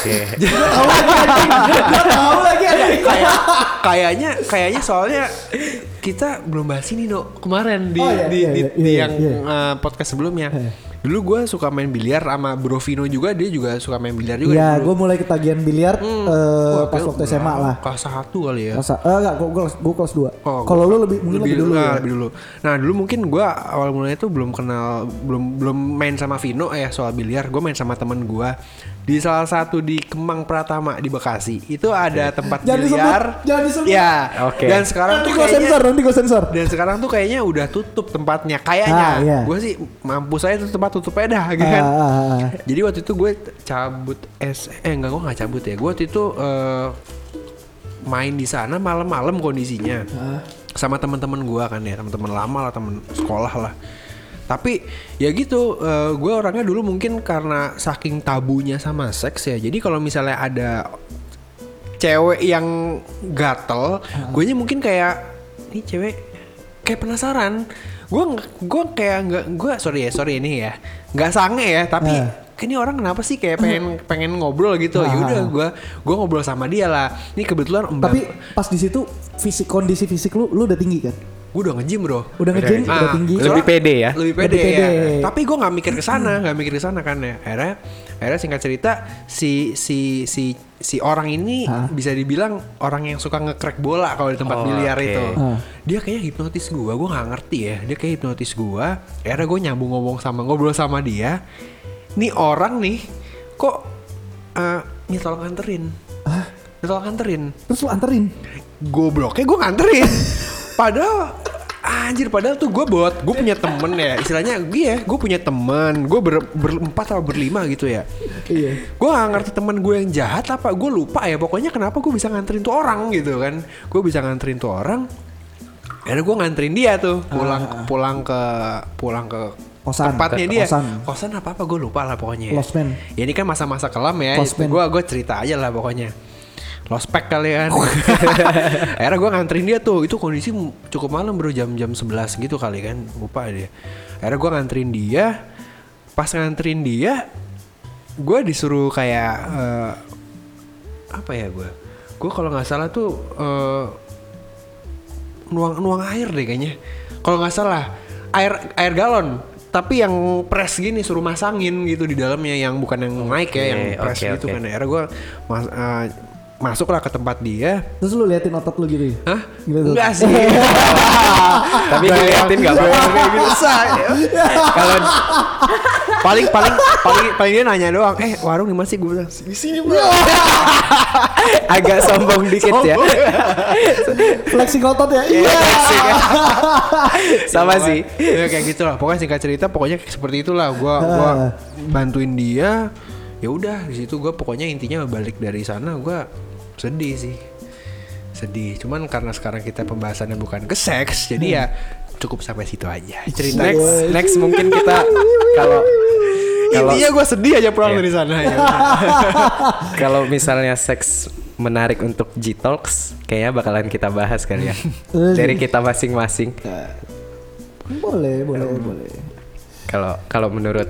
Tahu lagi ada. Kayaknya soalnya kita belum bahas ini kemarin di podcast sebelumnya. Dulu gue suka main biliar sama Bro Vino juga, dia juga suka main biliar juga. Iya, gue mulai ketagihan biliar pas waktu SMA lah. Kelas 1 kali ya. Enggak, gue kelas 2. Kalau lu lebih dulu ya. Lebih dulu. Nah, dulu mungkin gue awal mulanya tuh belum main sama Vino soal biliar. Gue main sama temen gue di salah satu di Kemang Pratama di Bekasi. Itu ada tempat biliar. Jangan disebut. Ya. Oke. Dan sekarang nanti gue sensor. Dan sekarang tuh kayaknya udah tutup tempatnya. Kayaknya. Gue sih mampu saya tuh tempat tutup dah gitu kan. Jadi waktu itu gue cabut gue nggak cabut ya. Gue waktu itu main di sana malam-malam kondisinya sama teman-teman gue kan ya, teman-teman lama lah, teman sekolah lah. Tapi ya gitu, gue orangnya dulu mungkin karena saking tabunya sama seks ya. Jadi kalau misalnya ada cewek yang gatel, gue nya mungkin kayak ini cewek kayak penasaran. Gue kayak nggak sorry ini ya nggak sange ya, tapi ini orang kenapa sih kayak pengen ngobrol gitu. Ya udah gue ngobrol sama dia lah. Ini kebetulan tapi pas di situ kondisi fisik lu udah tinggi kan? Gue udah nge-gym bro. Udah nge-gym, udah tinggi. Lebih pede ya. Lebih pede ya. Tapi gue nggak mikir ke sana kan ya. Akhirnya singkat cerita si orang ini bisa dibilang orang yang suka nge-crack bola kalau di tempat biliar itu. Dia kayaknya hipnotis gue nggak ngerti ya. Dia kayak hipnotis gue. Akhirnya gue nyambung ngobrol sama dia. Nih orang nih kok ini tolong anterin. Terus lu anterin? Gobloknya gue nganterin. Padahal tuh gue punya temen ya, istilahnya gue punya temen, gue berempat atau berlima gitu ya. Iya. Gue gak ngerti temen gue yang jahat apa, gue lupa ya. Pokoknya kenapa gue bisa nganterin tuh orang gitu kan? Gue bisa nganterin tuh orang. Akhirnya gue nganterin dia tuh pulang ke kosan, tempatnya dia. Kosan apa gue lupa lah pokoknya. Losmen. Ya ini kan masa-masa kelam ya. Gue cerita aja lah pokoknya. Lospek kali kan. Akhirnya gue nganterin dia tuh. Itu kondisi cukup malam bro, jam 11 gitu kali kan. Lupa dia. Akhirnya gue nganterin dia. Pas nganterin dia, gue disuruh kayak apa ya gue kalau nggak salah tuh nuang air deh kayaknya. Kalau nggak salah air galon. Tapi yang press gini, suruh masangin gitu di dalamnya, yang bukan yang naik ya, yang press gitu kan. Akhirnya gue masuklah ke tempat dia. Terus lu liatin otot lu gitu ya? Hah? Gitu. Enggak sih. Tapi diliatin nggak apa-apa. Kalau paling dia nanya doang, warung di mana sih? Gue bilang di sini bro. Agak sombong dikit ya. Flexing otot ya? Iya. Sama sih. Ya kayak gitu lah. Pokoknya singkat cerita, pokoknya seperti itulah. Gua bantuin dia. Ya udah di situ gue pokoknya intinya balik dari sana gue sedih. Cuman karena sekarang kita pembahasannya bukan ke seks, jadi ya cukup sampai situ aja cerita. Next mungkin kita kalau intinya gue sedih aja pulang Iya. dari sana ya. kalau misalnya seks menarik untuk G-Talks, kayaknya bakalan kita bahas kali ya. Dari kita masing-masing. Boleh. Kalau menurut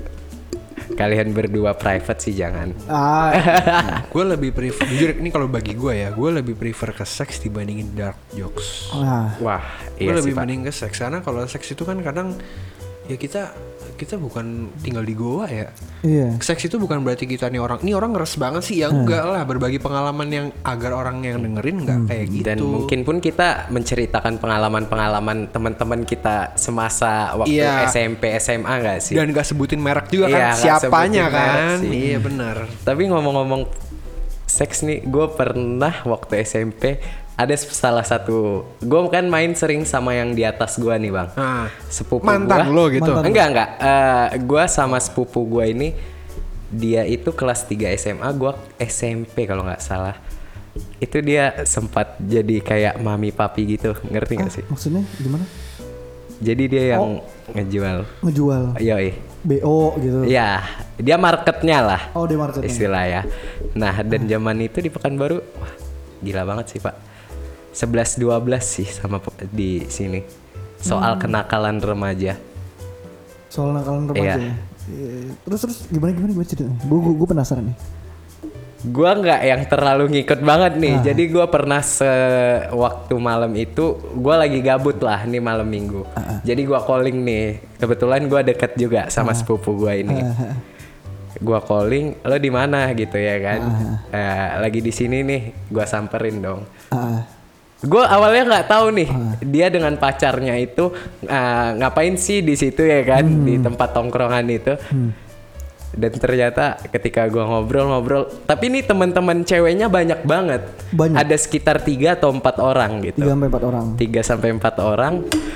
kalian berdua private sih jangan. Gue lebih prefer, jujur ini kalau bagi gue ya, gue lebih prefer ke seks dibandingin dark jokes. Wah, Gue iya sih lebih Pak. mending ke seks karena kalau seks itu kan kadang ya kita bukan tinggal di goa ya. Iya. Seks itu bukan berarti kita nih orang ngeres banget sih, ya enggak lah, berbagi pengalaman yang agar orang yang dengerin nggak kayak gitu. Dan mungkin pun kita menceritakan pengalaman-pengalaman teman-teman kita semasa waktu Iya. SMP, SMA nggak sih? Dan nggak sebutin merek juga Iya, kan nggak siapanya sebutin merek kan. sih. Iya benar. Tapi ngomong-ngomong seks nih, gue pernah waktu SMP ada salah satu, gue kan main sering sama yang di atas gue nih bang, Nah, sepupu mantan gua. lo gitu. Mantan. Enggak, gue sama sepupu gue ini, dia itu kelas 3 SMA, gue SMP kalau nggak salah. Itu dia sempat jadi kayak mami papi gitu, ngerti nggak sih? Maksudnya gimana? Jadi dia yang ngejual. Yoi. BO gitu. Ya, dia marketnya lah. Oh, dia marketnya. Istilah ya. Nah, dan zaman itu di Pekanbaru, wah, gila banget sih Pak. 11-12 sih sama di sini. Soal kenakalan remaja. Soal nakalan remaja. Iya. Ya? Terus gimana ceritanya? Gue penasaran nih. Gua nggak yang terlalu ngikut banget nih. Jadi gua pernah sewaktu malam itu, gua lagi gabut lah nih malam minggu. Jadi gua calling nih. Kebetulan gua deket juga sama sepupu gua ini. Gua calling, lo di mana gitu ya kan? Lagi di sini nih. Gua samperin dong. Gue awalnya nggak tahu nih dia dengan pacarnya itu ngapain sih di situ ya kan, di tempat tongkrongan itu. Dan ternyata ketika gue ngobrol, tapi nih teman-teman ceweknya banyak banget. Ada sekitar 3 atau 4 orang gitu. 3 sampai 4 orang. 3 sampai 4 orang.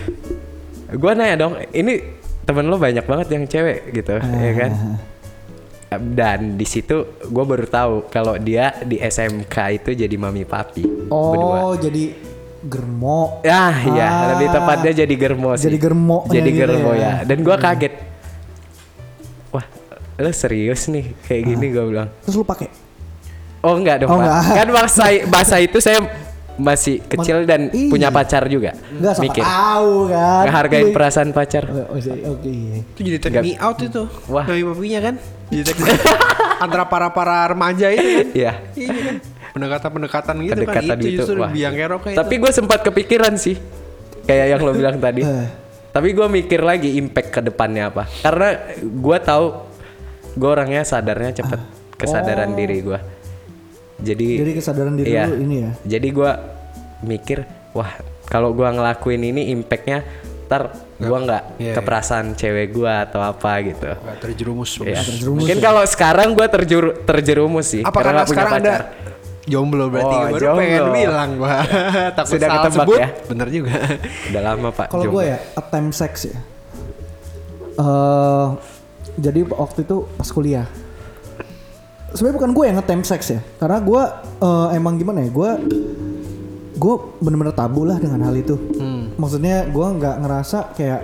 Gue nanya dong, ini temen lo banyak banget yang cewek gitu, ya kan? Dan di situ gue baru tahu kalau dia di SMK itu jadi mami papi. Oh, berdua. jadi germo. Iya, lebih tepatnya jadi germo sih. Jadi germo. Jadi gitu germo ya. Dan gue kaget. Wah, lo serius nih kayak gini gue bilang. Terus lu pakai? Oh enggak dong, Oh, Pak. enggak. Kan bahasa itu saya masih kecil dan iya. punya pacar juga. Enggak sama Mikir. tahu kan. Ngehargain perasaan pacar. Oke. Itu jadi take me out itu. Wah. Mami papinya kan. Jadi take me antara para remaja itu kan. Iya. Iya kan. Pendekatan gitu Kedekatan kan. Itu gitu. justru Wah. biang keroknya itu. Tapi gue sempat kepikiran sih. Kayak yang lo bilang tadi. Tapi gue mikir lagi impact ke depannya apa. Karena gue tahu gue orangnya sadarnya cepet. Kesadaran diri gue. Jadi kesadaran diri iya. lu ini ya. Jadi gue mikir, wah kalau gue ngelakuin ini impactnya ntar gue nggak Iya, ke perasaan cewek gue atau apa gitu. Gak terjerumus. Ya. Terjerumus Mungkin ya. kalau sekarang gue terjerumus sih. Apa karena nggak punya sekarang pacar. Anda jomblo berarti? Oh, Baru jomblo. pengen bilang gua. Takut Sudah salah ketebak sebut. ya? Bener juga. Udah lama pak. Kalau gue jomblo. ya attempt sex ya. Jadi waktu itu pas kuliah. Sebenarnya bukan gue yang attempt sex ya. Karena gue emang gimana ya? Gue bener-bener tabu lah dengan hal itu. Maksudnya gue nggak ngerasa kayak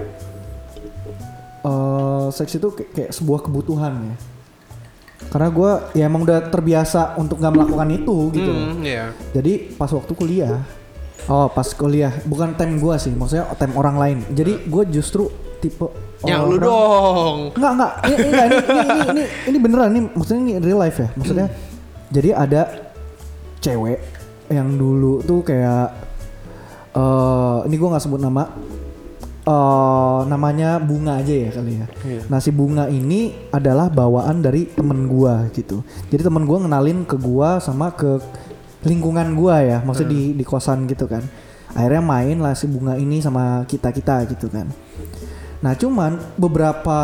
seks itu kayak sebuah kebutuhan ya. Karena gue ya emang udah terbiasa untuk nggak melakukan itu gitu. Iya. Jadi pas waktu kuliah, pas kuliah bukan time gue sih, maksudnya time orang lain. Jadi gue justru tipe Yang lu dong. Enggak. Ini beneran nih, maksudnya ini real life ya. Maksudnya jadi ada cewek yang dulu tuh kayak ini gue nggak sebut nama. Namanya Bunga aja ya kali ya. Nah si Bunga ini adalah bawaan dari temen gua gitu. Jadi temen gua ngenalin ke gua sama ke lingkungan gua ya, maksudnya di kosan gitu kan. Akhirnya main lah si Bunga ini sama kita gitu kan. Nah cuman beberapa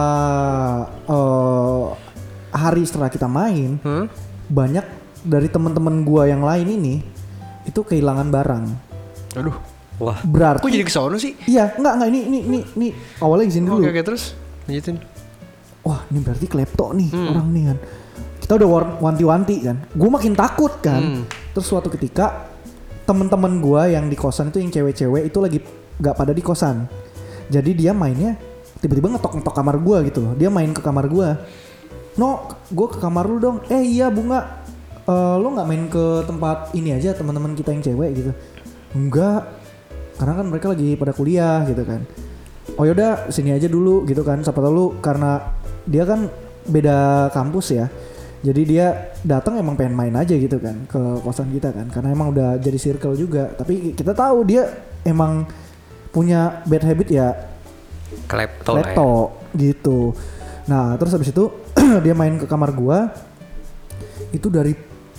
hari setelah kita main, banyak dari teman-teman gua yang lain ini itu kehilangan barang. Aduh. Wah. Berarti. Kok jadi kesono sih? Iya, enggak ini awalnya izin dulu. Oke, terus lanjutin. Wah, ini berarti klepto nih orang nih kan. Kita udah wanti-wanti kan. Gue makin takut kan. Terus suatu ketika teman-teman gue yang di kosan itu yang cewek-cewek itu lagi nggak pada di kosan. Jadi dia mainnya tiba-tiba ngetok kamar gue gitu loh. Dia main ke kamar gue. No, gue ke kamar lu dong. Iya Bunga, lo nggak main ke tempat ini aja teman-teman kita yang cewek gitu? Enggak, karena kan mereka lagi pada kuliah gitu kan. Oh yaudah sini aja dulu gitu kan. Siapa tahu lu, karena dia kan beda kampus ya. Jadi dia datang emang pengen main aja gitu kan ke kosan kita kan. Karena emang udah jadi circle juga. Tapi kita tahu dia emang punya bad habit ya. Klepto lah ya. Gitu. Nah terus habis itu dia main ke kamar gua. Itu dari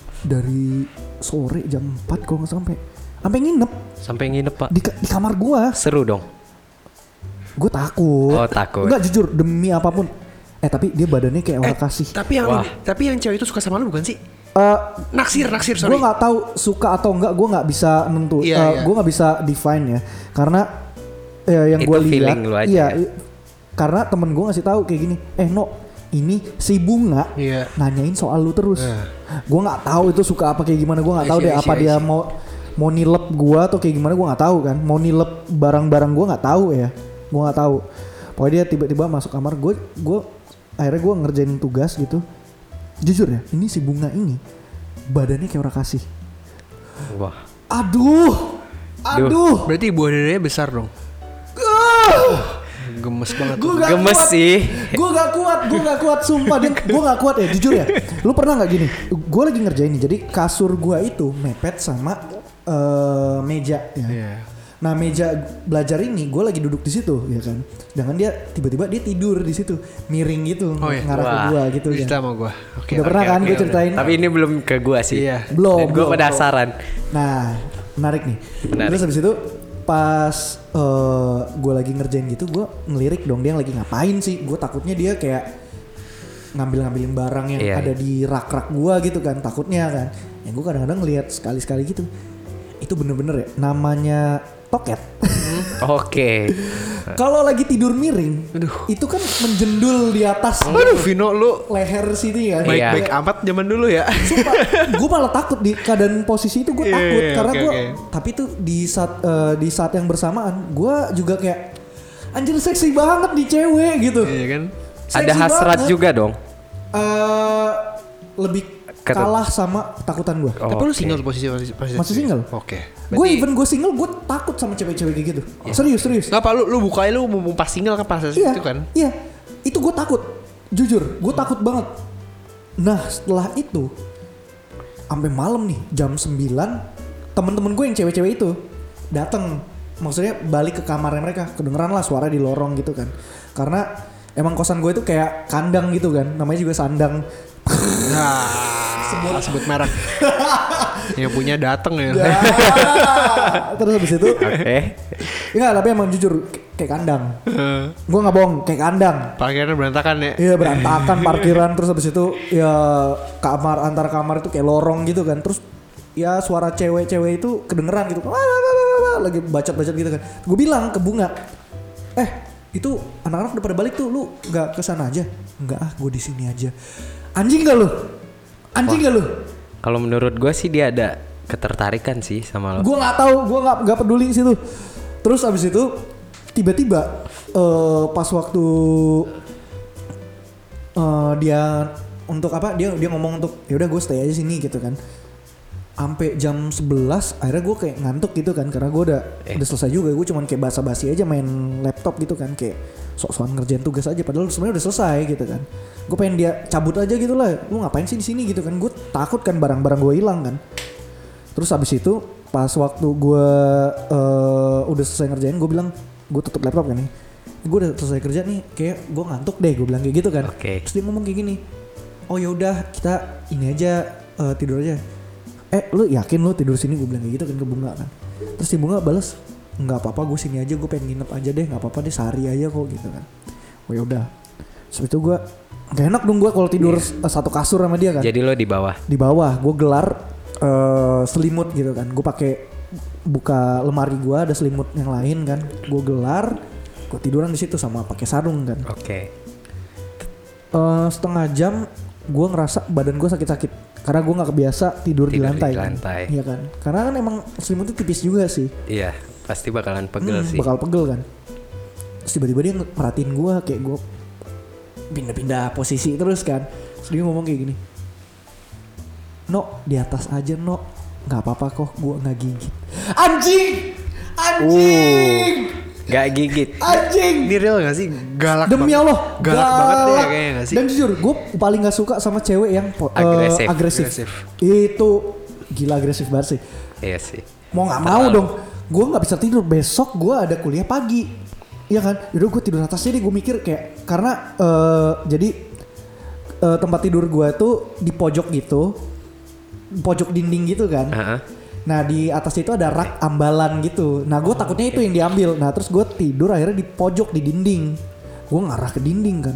sore jam 4 kalau nggak sampai nginep. Sampai nginep Pak. Di kamar gua. Seru dong. Gue takut. Oh takut. Enggak, jujur demi apapun. Tapi dia badannya kayak orang kasih. Tapi yang cewek itu suka sama lu bukan sih? Naksir sorry. Gue nggak tahu suka atau enggak, gue nggak bisa nentu. Gue nggak bisa define ya, karena yang gue lihat, karena temen gue ngasih tahu kayak gini. No, ini si Bunga nanyain soal lu terus. Gue nggak tahu itu suka apa kayak gimana. Gue nggak tahu deh apa dia mau nilep gue atau kayak gimana. Gue nggak tahu kan. Mau nilep barang-barang gue nggak tahu ya. Gue nggak tahu. Pokoknya dia tiba-tiba masuk kamar gue akhirnya gue ngerjain tugas gitu. Jujur ya, ini si Bunga ini badannya kayak orang kasih. Wah. Aduh. Berarti badannya besar dong. Gemes banget. Gemes sih. Gue gak kuat sumpah. Gue gak kuat ya, jujur ya. Lu pernah gak gini? Gue lagi ngerjain nih. Jadi kasur gue itu mepet sama meja ya. Yeah. Nah meja belajar ini gue lagi duduk di situ ya kan. Sedangkan dia tiba-tiba dia tidur di situ miring gitu ngarah ke gue gitu kan. Cerita sama gue. Udah pernah kan gue ceritain. Tapi ini belum ke gue sih. Iya. Belum. Gue penasaran. Nah menarik nih. Terus habis itu pas gue lagi ngerjain gitu gue ngelirik dong dia lagi ngapain sih. Gue takutnya dia kayak ngambilin barang yang ada di rak-rak gue gitu kan. Takutnya kan. Yang gue kadang-kadang ngeliat sekali-sekali gitu. Itu bener-bener ya namanya toket. Oke. Kalau lagi tidur miring, itu kan menjendul di atas. Aduh, Vino lu leher sini ya. Baik-baik amat zaman dulu ya. Sumpah, gue malah takut di keadaan posisi itu gue takut karena gue. Tapi tuh di saat yang bersamaan, gue juga kayak anjir seksi banget di cewek gitu. Iya kan. Seksi ada hasrat banget. juga dong. Lebih kalah sama ketakutan gue. Tapi lu single posisi masih single. Oke. Gue single, gue takut sama cewek-cewek kayak gitu. Serius. Kenapa lu bukain lu mau pas single kan pas itu kan? Iya. Itu gue takut. Jujur, gue takut banget. Nah, setelah itu sampai malam nih jam 9 temen-temen gue yang cewek-cewek itu datang. Maksudnya balik ke kamarnya mereka. Kedengeran lah suara di lorong gitu kan. Karena emang kosan gue itu kayak kandang gitu kan. Namanya juga sandang. Sebut merek. Yang punya dateng ya. Terus habis itu enggak, tapi emang jujur kayak kandang. Gue nggak bohong, kayak kandang. Parkirannya berantakan ya. Iya berantakan parkiran. Terus habis itu ya antar kamar itu kayak lorong gitu kan. Terus ya suara cewek-cewek itu kedengeran gitu. Lagi bacot-bacot gitu kan. Gue bilang ke Bunga, itu anak-anak udah pada balik tuh, lu nggak kesana aja? Enggak gue di sini aja. Anjing gak lu? Kalau menurut gue sih dia ada ketertarikan sih sama lo. Gue nggak tahu, gue nggak peduli situ. Terus abis itu tiba-tiba pas waktu dia untuk apa? Dia ngomong untuk ya udah gue stay aja sini gitu kan. Sampai jam 11 akhirnya gue kayak ngantuk gitu kan karena gue udah selesai juga. Gue cuman kayak basa-basi aja main laptop gitu kan, kayak sok-sokan ngerjain tugas aja padahal sebenarnya udah selesai gitu kan. Gue pengen dia cabut aja gitu lah. Lu ngapain sih di sini gitu kan? Gue takut kan barang-barang gue hilang kan. Terus habis itu pas waktu gue udah selesai ngerjain, gue bilang gue tutup laptop kan nih. Gue udah selesai kerja nih, kayak gue ngantuk deh, gue bilang kayak gitu kan. Terus dia ngomong kayak gini, oh yaudah kita ini aja tidur aja. lu yakin lu tidur sini, gue bilang kayak gitu kan ke Bunga kan. Terus si Bunga balas, nggak apa-apa gue sini aja, gue pengen nginep aja deh, nggak apa-apa deh sehari aja kok gitu kan. Oh ya udah. Terus itu gue gak enak dong gue kalau tidur satu kasur sama dia kan. Jadi lo di bawah. Di bawah gue gelar selimut gitu kan. Gue pakai buka lemari gue ada selimut yang lain kan. Gue gelar, gue tiduran di situ sama pakai sarung kan. Oke. Setengah jam gue ngerasa badan gue sakit-sakit karena gue nggak kebiasa tidur di lantai. Kan? Iya kan. Karena kan emang selimutnya tipis juga sih. Iya, pasti bakalan pegel sih. Bakal pegel kan. Terus tiba-tiba dia merhatiin gue kayak gue pindah-pindah posisi terus kan. Terus dia ngomong kayak gini, "No, di atas aja, No. Nggak apa-apa kok, gue nggak gigit." Anjing. Gak gigit. Anjing. Ini real gak sih? Galak Demi banget. Allah, Galak banget deh kayaknya gak sih? Dan jujur, gue paling gak suka sama cewek yang agresif. Itu gila agresif banget sih. Iya sih. Mau nggak mau dong, gue nggak bisa tidur. Besok gue ada kuliah pagi, iya kan? Yaudah gue tidur atasnya deh. Gue mikir kayak karena jadi tempat tidur gue tuh di pojok gitu, pojok dinding gitu kan. Nah di atas itu ada rak ambalan gitu. Nah gue takutnya itu yang diambil. Nah terus gue tidur akhirnya di pojok di dinding. Gue ngarah ke dinding kan.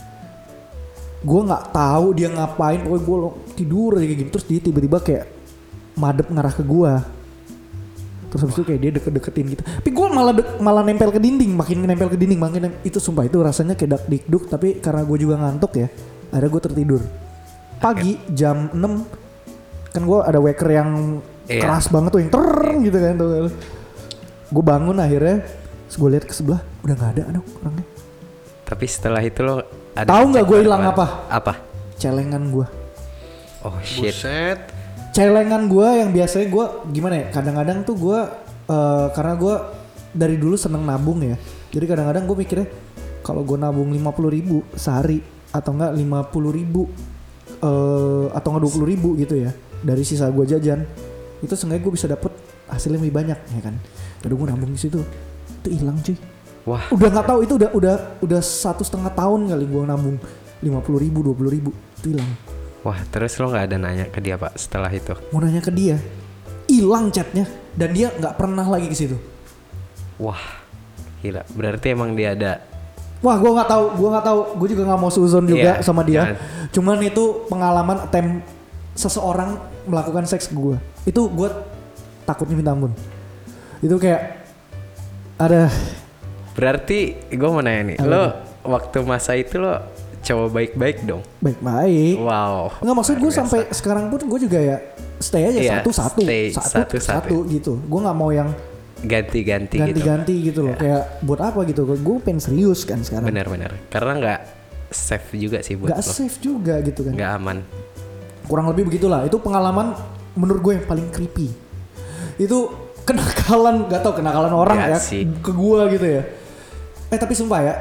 Gue nggak tahu dia ngapain. Pokoknya gue tidur aja kayak gitu. Terus dia tiba-tiba kayak madep ngarah ke gue. Terus habis itu kayak dia deket-deketin gitu. Tapi gue malah nempel ke dinding. Makin nempel ke dinding. Itu sumpah itu rasanya kayak dak-dikduk. Tapi karena gue juga ngantuk ya. Akhirnya gue tertidur. Pagi jam 6. Kan gue ada waker yang keras banget tuh yang gitu kan tuh. Gue bangun akhirnya, terus gue lihat ke sebelah udah nggak ada dong orangnya. Tapi setelah itu lo ada tahu nggak gue hilang apa? Apa? Celengan gue. Oh shit. Buset. Celengan gue yang biasanya gue gimana ya? Kadang-kadang tuh gue karena gue dari dulu seneng nabung ya. Jadi kadang-kadang gue mikirnya kalau gue nabung 50.000 sehari atau enggak 50.000 atau enggak 20.000 gitu ya dari sisa gue jajan, itu seenggaknya gue bisa dapet hasilnya lebih banyak ya kan. Udah gue nabung di situ, itu hilang cuy. Wah. Udah nggak tahu itu udah 1,5 tahun kali gue nabung 50.000 20.000 itu hilang. Wah, terus lo nggak ada nanya ke dia pak setelah itu? Mau nanya ke dia, hilang chatnya dan dia nggak pernah lagi ke situ. Wah, gila. Berarti emang dia ada. Wah, gue nggak tahu, gue juga nggak mau suzon juga sama dia. Jangan. Cuman itu pengalaman seseorang melakukan seks ke gue. Itu gue takutnya minta ampun. Itu kayak ada. Berarti gue mau nanya nih, lo waktu masa itu lo cowok baik-baik dong? Baik-baik. Wow. Nggak, maksud gue sampai sekarang pun gue juga ya stay aja satu gitu. Gue nggak mau yang ganti gitu loh. Kayak buat apa gitu? Gue pengen serius kan sekarang. Benar. Karena nggak safe juga sih buat lo. Nggak safe juga gitu kan. Nggak aman. Kurang lebih begitulah. Itu pengalaman menurut gue yang paling creepy. Itu kenakalan, gak tau kenakalan orang ya ke gue gitu ya. Tapi sumpah ya,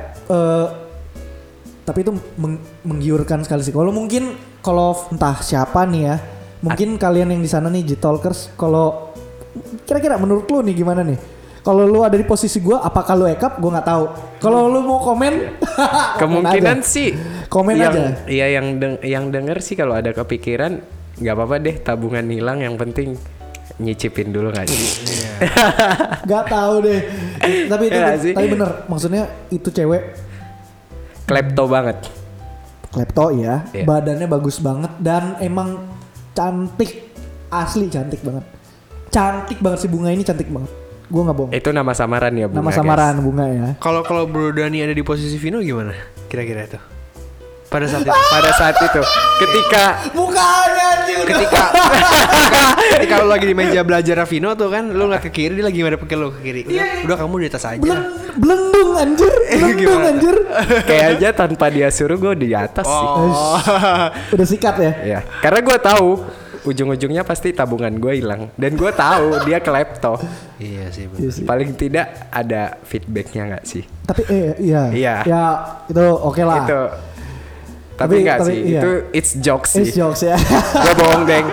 tapi itu menggiurkan sekali sih. Kalau entah siapa nih ya, mungkin kalian yang di sana nih G-Talkers, kalau kira-kira menurut lu nih gimana nih? Kalau lu ada di posisi gue, apakah lu ekap? Gue nggak tahu. Kalau lu mau komen, kemungkinan sih komen aja. Iya yang denger sih kalau ada kepikiran, nggak apa-apa deh tabungan hilang. Yang penting nyicipin dulu nggak sih? Gak tahu deh. Tapi itu, tapi bener. Maksudnya itu cewek klepto banget. Klepto ya. Yeah. Badannya bagus banget dan emang cantik, asli cantik banget. Cantik banget si Bunga ini, cantik banget. Gue nggak bohong. Itu nama samaran ya Bunga. Nama samaran guys. Bunga ya. Kalau Bro Dani ada di posisi Vino gimana? Kira-kira itu. Pada saat itu ketika mukanya anjir. Ketika lu lagi di meja belajar Vino tuh kan, lu nggak ke kiri, dia lagi madep ke lu ke kiri. Udah kamu di atas aja. Belendung anjir. Kayak aja tanpa dia suruh gue di atas sih. Udah sikat ya? Iya. Karena gue tahu ujung-ujungnya pasti tabungan gue hilang dan gue tahu dia klepto. Iya sih bener. Paling tidak ada feedbacknya nggak sih? Tapi iya. Ya itu oke lah. Itu. Tapi enggak sih, iya. Itu it's jokes sih. It's jokes ya. Gue bohong deng.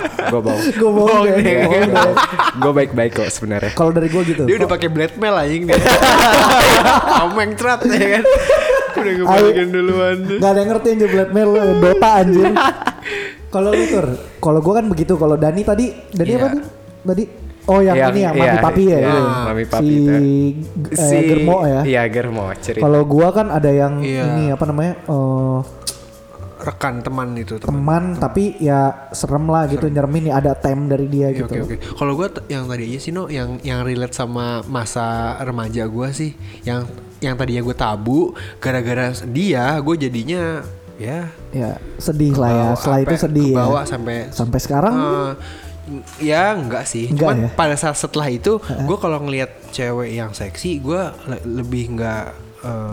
Gue baik-baik kok sebenarnya. Kalau dari gue gitu. Dia udah pakai blackmail anjing nih. Ameng trat ya kan. Udah gue balikin duluan. Gak ada yang ngerti aja blackmail Dota anjing. Kalau lu Tur, kalau gua kan begitu. Kalau Dani tadi Iya. apa tuh? Tadi oh yang ini ya, Mami Papi ya. Iya, gitu. Mami Papi si Germo ya. Iya, Germo cerita. Kalau gua kan ada yang Iya. ini apa namanya? Rekan teman itu Teman tapi ya serem lah gitu, nyeremin ya, ada tem dari dia Oke, gitu. oke. Kalau gue yang tadi aja sih No, yang relate sama masa remaja gue sih, yang tadinya gue tabu, gara-gara dia gue jadinya ya Ya sedih lah ya. Setelah itu sedih ya. kebawa Sampai sekarang ya enggak sih. Enggak Cuman ya? pada saat setelah itu gue kalau ngelihat cewek yang seksi gue lebih enggak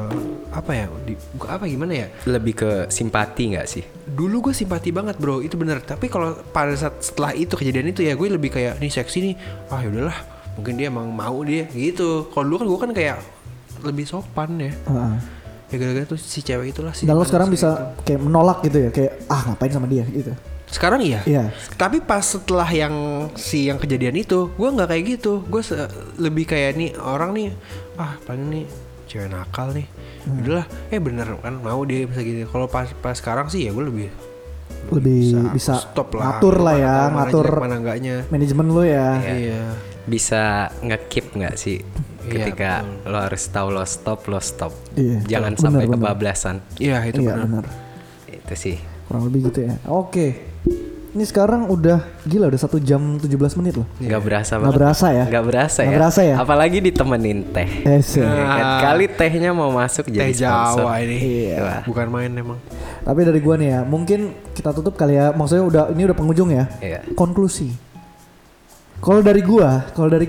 gimana ya? Lebih ke simpati nggak sih? Dulu gue simpati banget bro, itu bener. Tapi kalau pada saat setelah itu kejadian itu ya gue lebih kayak nih seksi nih, yaudahlah, mungkin dia emang mau dia gitu. Kalau dulu kan gue kan kayak lebih sopan ya. Ya gara-gara tuh si cewek itulah sih. dan lo sekarang bisa kayak menolak gitu ya, kayak ngapain sama dia gitu. Sekarang iya. Iya. Tapi pas setelah yang kejadian itu, gue nggak kayak gitu. Gue lebih kayak nih orang nih, paling nih cewek nakal nih. Udahlah, bener kan mau dia bisa gitu. Kalau pas sekarang sih ya gue lebih bisa stop lah. ngatur lah ya, Mana ngatur jelek, mana enggaknya. manajemen lo ya. Iya. Bisa nge-keep nggak sih? Ketika lo harus tahu lo stop. Iya, Jangan bener, sampai bener. kebablasan. Iya itu Iya benar. benar. Itu sih. Kurang lebih gitu ya. Oke. Ini sekarang udah 1 jam 17 menit loh. Nggak berasa Nggak banget. berasa ya? Nggak berasa Nggak ya. berasa ya? Apalagi ditemenin teh. Ya. Ya kan? Kali tehnya mau masuk jadi Teh sponsor. Jawa ini. Iya. Bukan main emang. Tapi dari gua nih ya, mungkin kita tutup kali ya. Maksudnya ini udah penghujung ya. Iya. Konklusi. Kalau dari gua,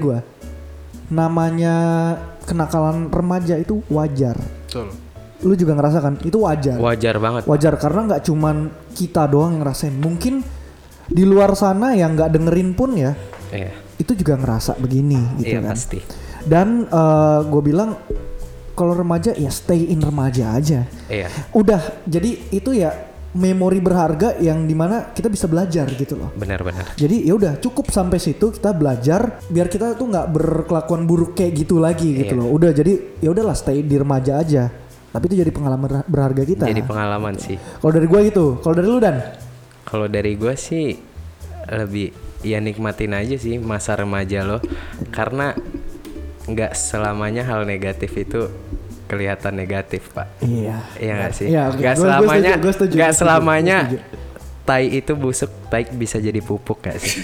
namanya kenakalan remaja itu wajar. Betul. Lu juga ngerasakan itu wajar. Wajar banget. Wajar karena nggak cuman kita doang yang ngerasain. Mungkin di luar sana yang nggak dengerin pun ya, Iya. itu juga ngerasa begini gitu Iya kan. pasti. Dan gue bilang kalau remaja ya stay in remaja aja. Iya. Udah, jadi itu ya memori berharga yang dimana kita bisa belajar gitu loh. Benar-benar. Jadi ya udah cukup sampai situ kita belajar biar kita tuh nggak berkelakuan buruk kayak gitu lagi gitu Iya. loh. Udah jadi ya udahlah stay di remaja aja. Tapi itu jadi pengalaman berharga kita. Jadi pengalaman sih. Kalau dari gue gitu, kalau dari lu Dan? Kalau dari gue sih lebih ya nikmatin aja sih masa remaja lo, karena nggak selamanya hal negatif itu kelihatan negatif pak. Iya. Iya nggak sih? Iya, oke. Nggak Gua selamanya, setuju, nggak gua setuju. selamanya tai itu busuk, tai bisa jadi pupuk nggak sih?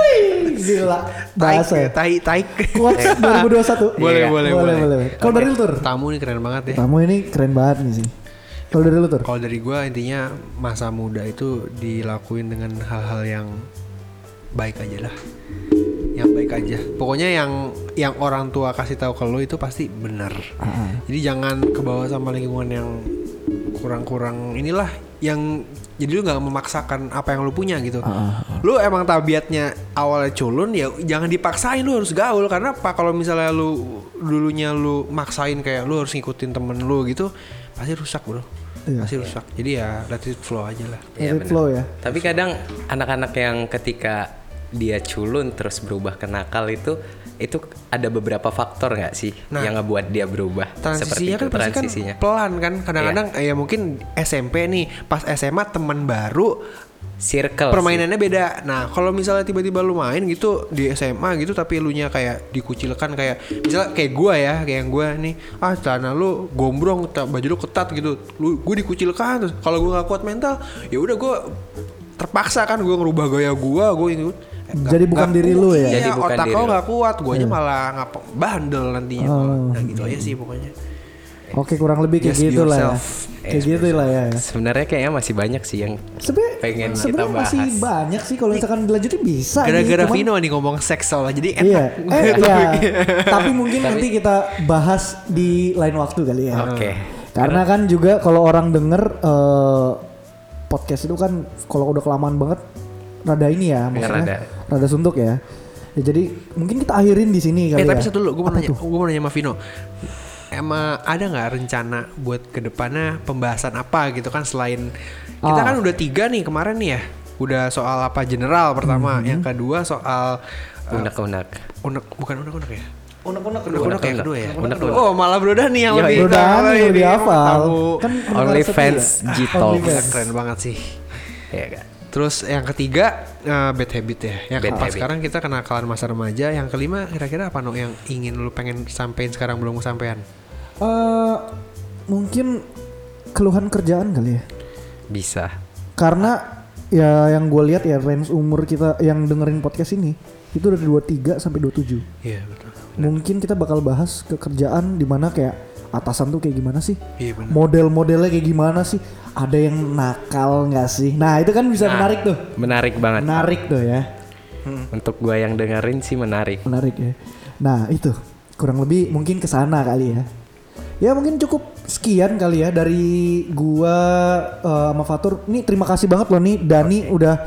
Gila. Bahasa ya. Tai. Quotes 2021. Boleh, Iya. boleh. Kalau dari lu Tur? Tamu nih keren banget ya. Tamu ini keren banget nih sih. Kalau dari lu Tur? Kalau dari gue intinya masa muda itu dilakuin dengan hal-hal yang baik aja lah, yang baik aja. Pokoknya yang orang tua kasih tahu ke lo itu pasti benar. Jadi jangan kebawa sama lingkungan yang kurang-kurang inilah, yang jadi lu nggak memaksakan apa yang lu punya gitu. Lu emang tabiatnya awalnya culun ya jangan dipaksain lu harus gaul, karena apa, kalau misalnya lu dulunya lu maksain kayak lu harus ngikutin temen lu gitu pasti rusak bro. Iya. Pasti rusak. Jadi ya let it flow aja lah. Iya, Let it benar. flow ya. Tapi kadang anak-anak yang ketika dia culun terus berubah ke nakal itu ada beberapa faktor nggak sih Nah, yang ngebuat dia berubah seperti Transisinya itu? kan pasti kan Transisinya. pelan kan. Kadang-kadang ya mungkin SMP nih, pas SMA teman baru Circle permainannya beda. Nah, kalau misalnya tiba-tiba lu main gitu di SMA gitu tapi elunya kayak dikucilkan, kayak misalnya kayak gua ya, kayak yang gua nih, celana lu gombrong, baju lu ketat gitu. Gua dikucilkan terus kalau gua gak kuat mental, ya udah gua terpaksa kan gua ngerubah gaya gua ikut. Jadi bukan diri lu ya? Jadi Iya, bukan otak diri lo lu. gak kuat, guanya malah bandel nantinya. Nah gitu aja sih pokoknya. Oke, kurang lebih kayak Just be gitu lah ya. yourself. Kayak gitu lah ya. Sebenarnya kayaknya masih banyak sih yang pengen kita Sebenarnya masih bahas. banyak sih kalau misalkan dilanjutin bisa. Gara-gara cuman- Vino nih ngomong seks soalnya jadi enak. Iya, iya. Tapi mungkin nanti kita bahas di lain waktu kali ya. Oke. Karena kan juga kalau orang denger podcast itu kan kalau udah kelamaan banget rada ini ya, maksudnya rada suntuk ya. Ya jadi mungkin kita akhirin di sini kali ya. Tapi satu dulu, gue Apa tuh? mau nanya sama Vino. Emang ada nggak rencana buat kedepannya pembahasan apa gitu kan, selain kita kan udah 3 nih kemarin nih ya, udah soal apa general pertama, yang kedua soal unek-unek. bukan unek-unek ya. Unek-unek yang kedua ya. Unek-unek. Oh malah Brodah nih yang Iya, lebih Brodah tahu nih ini. lebih hafal. Tahu. Kan OnlyFans setia. G-Talks. OnlyFans. Keren banget sih. Iya kan? Terus yang ketiga bad habit ya. Yang Bad keempat habit. sekarang kita kenakalan masa remaja. Yang kelima kira-kira apa No yang ingin lu pengen sampein sekarang belum kesampaian? Mungkin keluhan kerjaan kali ya. Bisa. Karena ya yang gue lihat ya range umur kita yang dengerin podcast ini itu dari 23 sampai 27. Iya betul. Mungkin kita bakal bahas kekerjaan di mana kayak atasan tuh kayak gimana sih? Iya benar. Model-modelnya kayak gimana sih? Ada yang nakal nggak sih? Nah itu kan bisa Nah, menarik tuh. Menarik banget. Menarik tuh ya. Untuk gua yang dengerin sih menarik. Menarik ya. Nah itu kurang lebih mungkin ke sana kali ya. Ya mungkin cukup sekian kali ya dari gua sama Fatur. Nih terima kasih banget loh nih Dani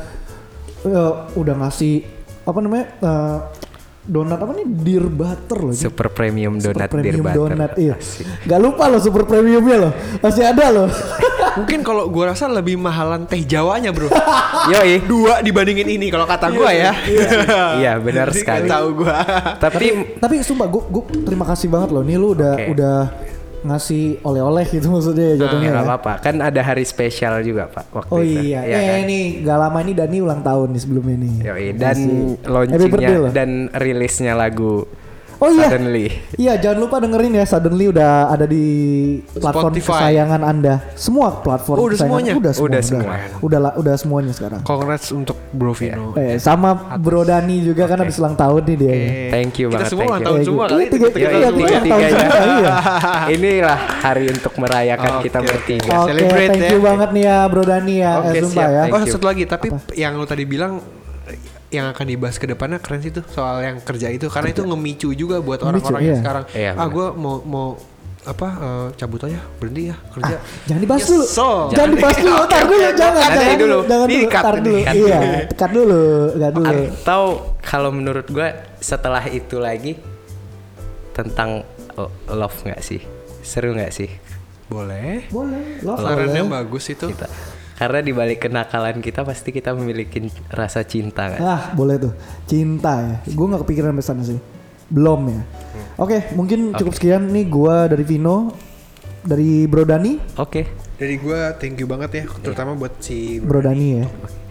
udah ngasih apa namanya donat apa nih Dear Butter loh. Ini. Super premium Super donat premium Dear Butter. donat iya. Asik. Gak lupa loh super premiumnya loh. Masih ada loh. Mungkin kalau gua rasa lebih mahalan teh Jawanya bro. Yoi. 2 dibandingin ini kalau kata gua ya. Iya benar Jadi sekali. nggak tahu gua. Tapi Tapi sumpah gue terima kasih banget loh. Nih lu udah ngasih oleh-oleh gitu maksudnya ya jatuhnya. nggak ya. apa-apa. Kan ada hari spesial juga Pak waktu Oh itu. iya, kan? ini gak lama ini Dani ulang tahun nih sebelumnya nih. Yoi. Dan Happy birthday launchingnya loh. dan rilisnya lagu Oh iya. Suddenly. Iya, jangan lupa dengerin ya Suddenly udah ada di platform Spotify. kesayangan Anda. Semua platform Oh, udah kesayangan. semuanya? Udah Semua. Udah semuanya sekarang. Congrats untuk Bro Vino. Sama Bro Dani juga kan habis ulang tahun nih dia. Thank you Kita banget. semua ulang thank you. tahun Eh, semua iya, kali. tiga- Kita iya, semua tiga- ya. tahun semua, iya. Inilah hari untuk merayakan kita Oke, bertiga. oke. Oke, Celebrate thank ya. you banget nih ya Bro Dani ya. Oke, Sumpah siap, ya. thank Oh you. satu lagi tapi yang lu tadi bilang yang akan dibahas ke depannya keren sih tuh soal yang kerja itu karena itu ngemicu juga buat Ngemicu, orang-orang yang iya. sekarang Iya, benar. gue mau apa cabut aja berhenti ya kerja. Jangan dibahas Yes, dulu. so. Jangan dibahas dulu. Tar dulu, jangan. Nanti Jangan dulu. Jangan Ini dulu. cut Tar ini, dulu. cut Iya, dulu. cut dulu. Cut dulu. Atau kalau menurut gue setelah itu lagi tentang love nggak sih? Seru nggak sih? Boleh. Boleh. Love Sarannya boleh. bagus itu. Kita. Karena di balik kenakalan kita pasti kita memiliki rasa cinta kan. Boleh tuh. Cinta ya. Gue gak kepikiran sampai sana sih. Belum ya. Oke, mungkin cukup sekian nih gua dari Vino, dari Bro Dani, Oke. Dari gue thank you banget ya terutama buat si Bro Dani ya.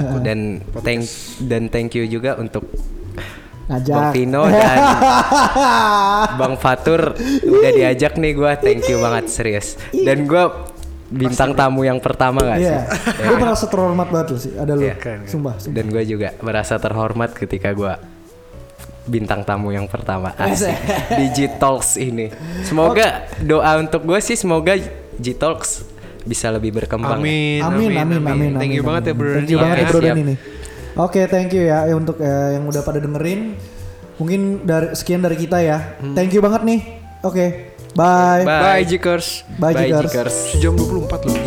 Dan thank you juga untuk Bang Ngajak. Vino dan Bang Fatur udah diajak nih gue, thank you banget serius. Dan gue bintang tamu yang pertama gak sih? Iya. Gue merasa terhormat banget loh sih. Ada lu. Iya. Sumpah. Dan gue juga merasa terhormat ketika gue bintang tamu yang pertama asik di G-Talks ini. Semoga doa untuk gue sih semoga G-Talks bisa lebih berkembang. Amin. Thank you banget ya Bro. Thank you Dani. banget ya Oke, Bro siap. Dani nih. Oke, thank you ya untuk yang udah pada dengerin. Mungkin sekian dari kita ya. Thank you banget nih. Oke. Bye. Bye Jikers. Bye, Jikers. Jikers. Jam 24 loh.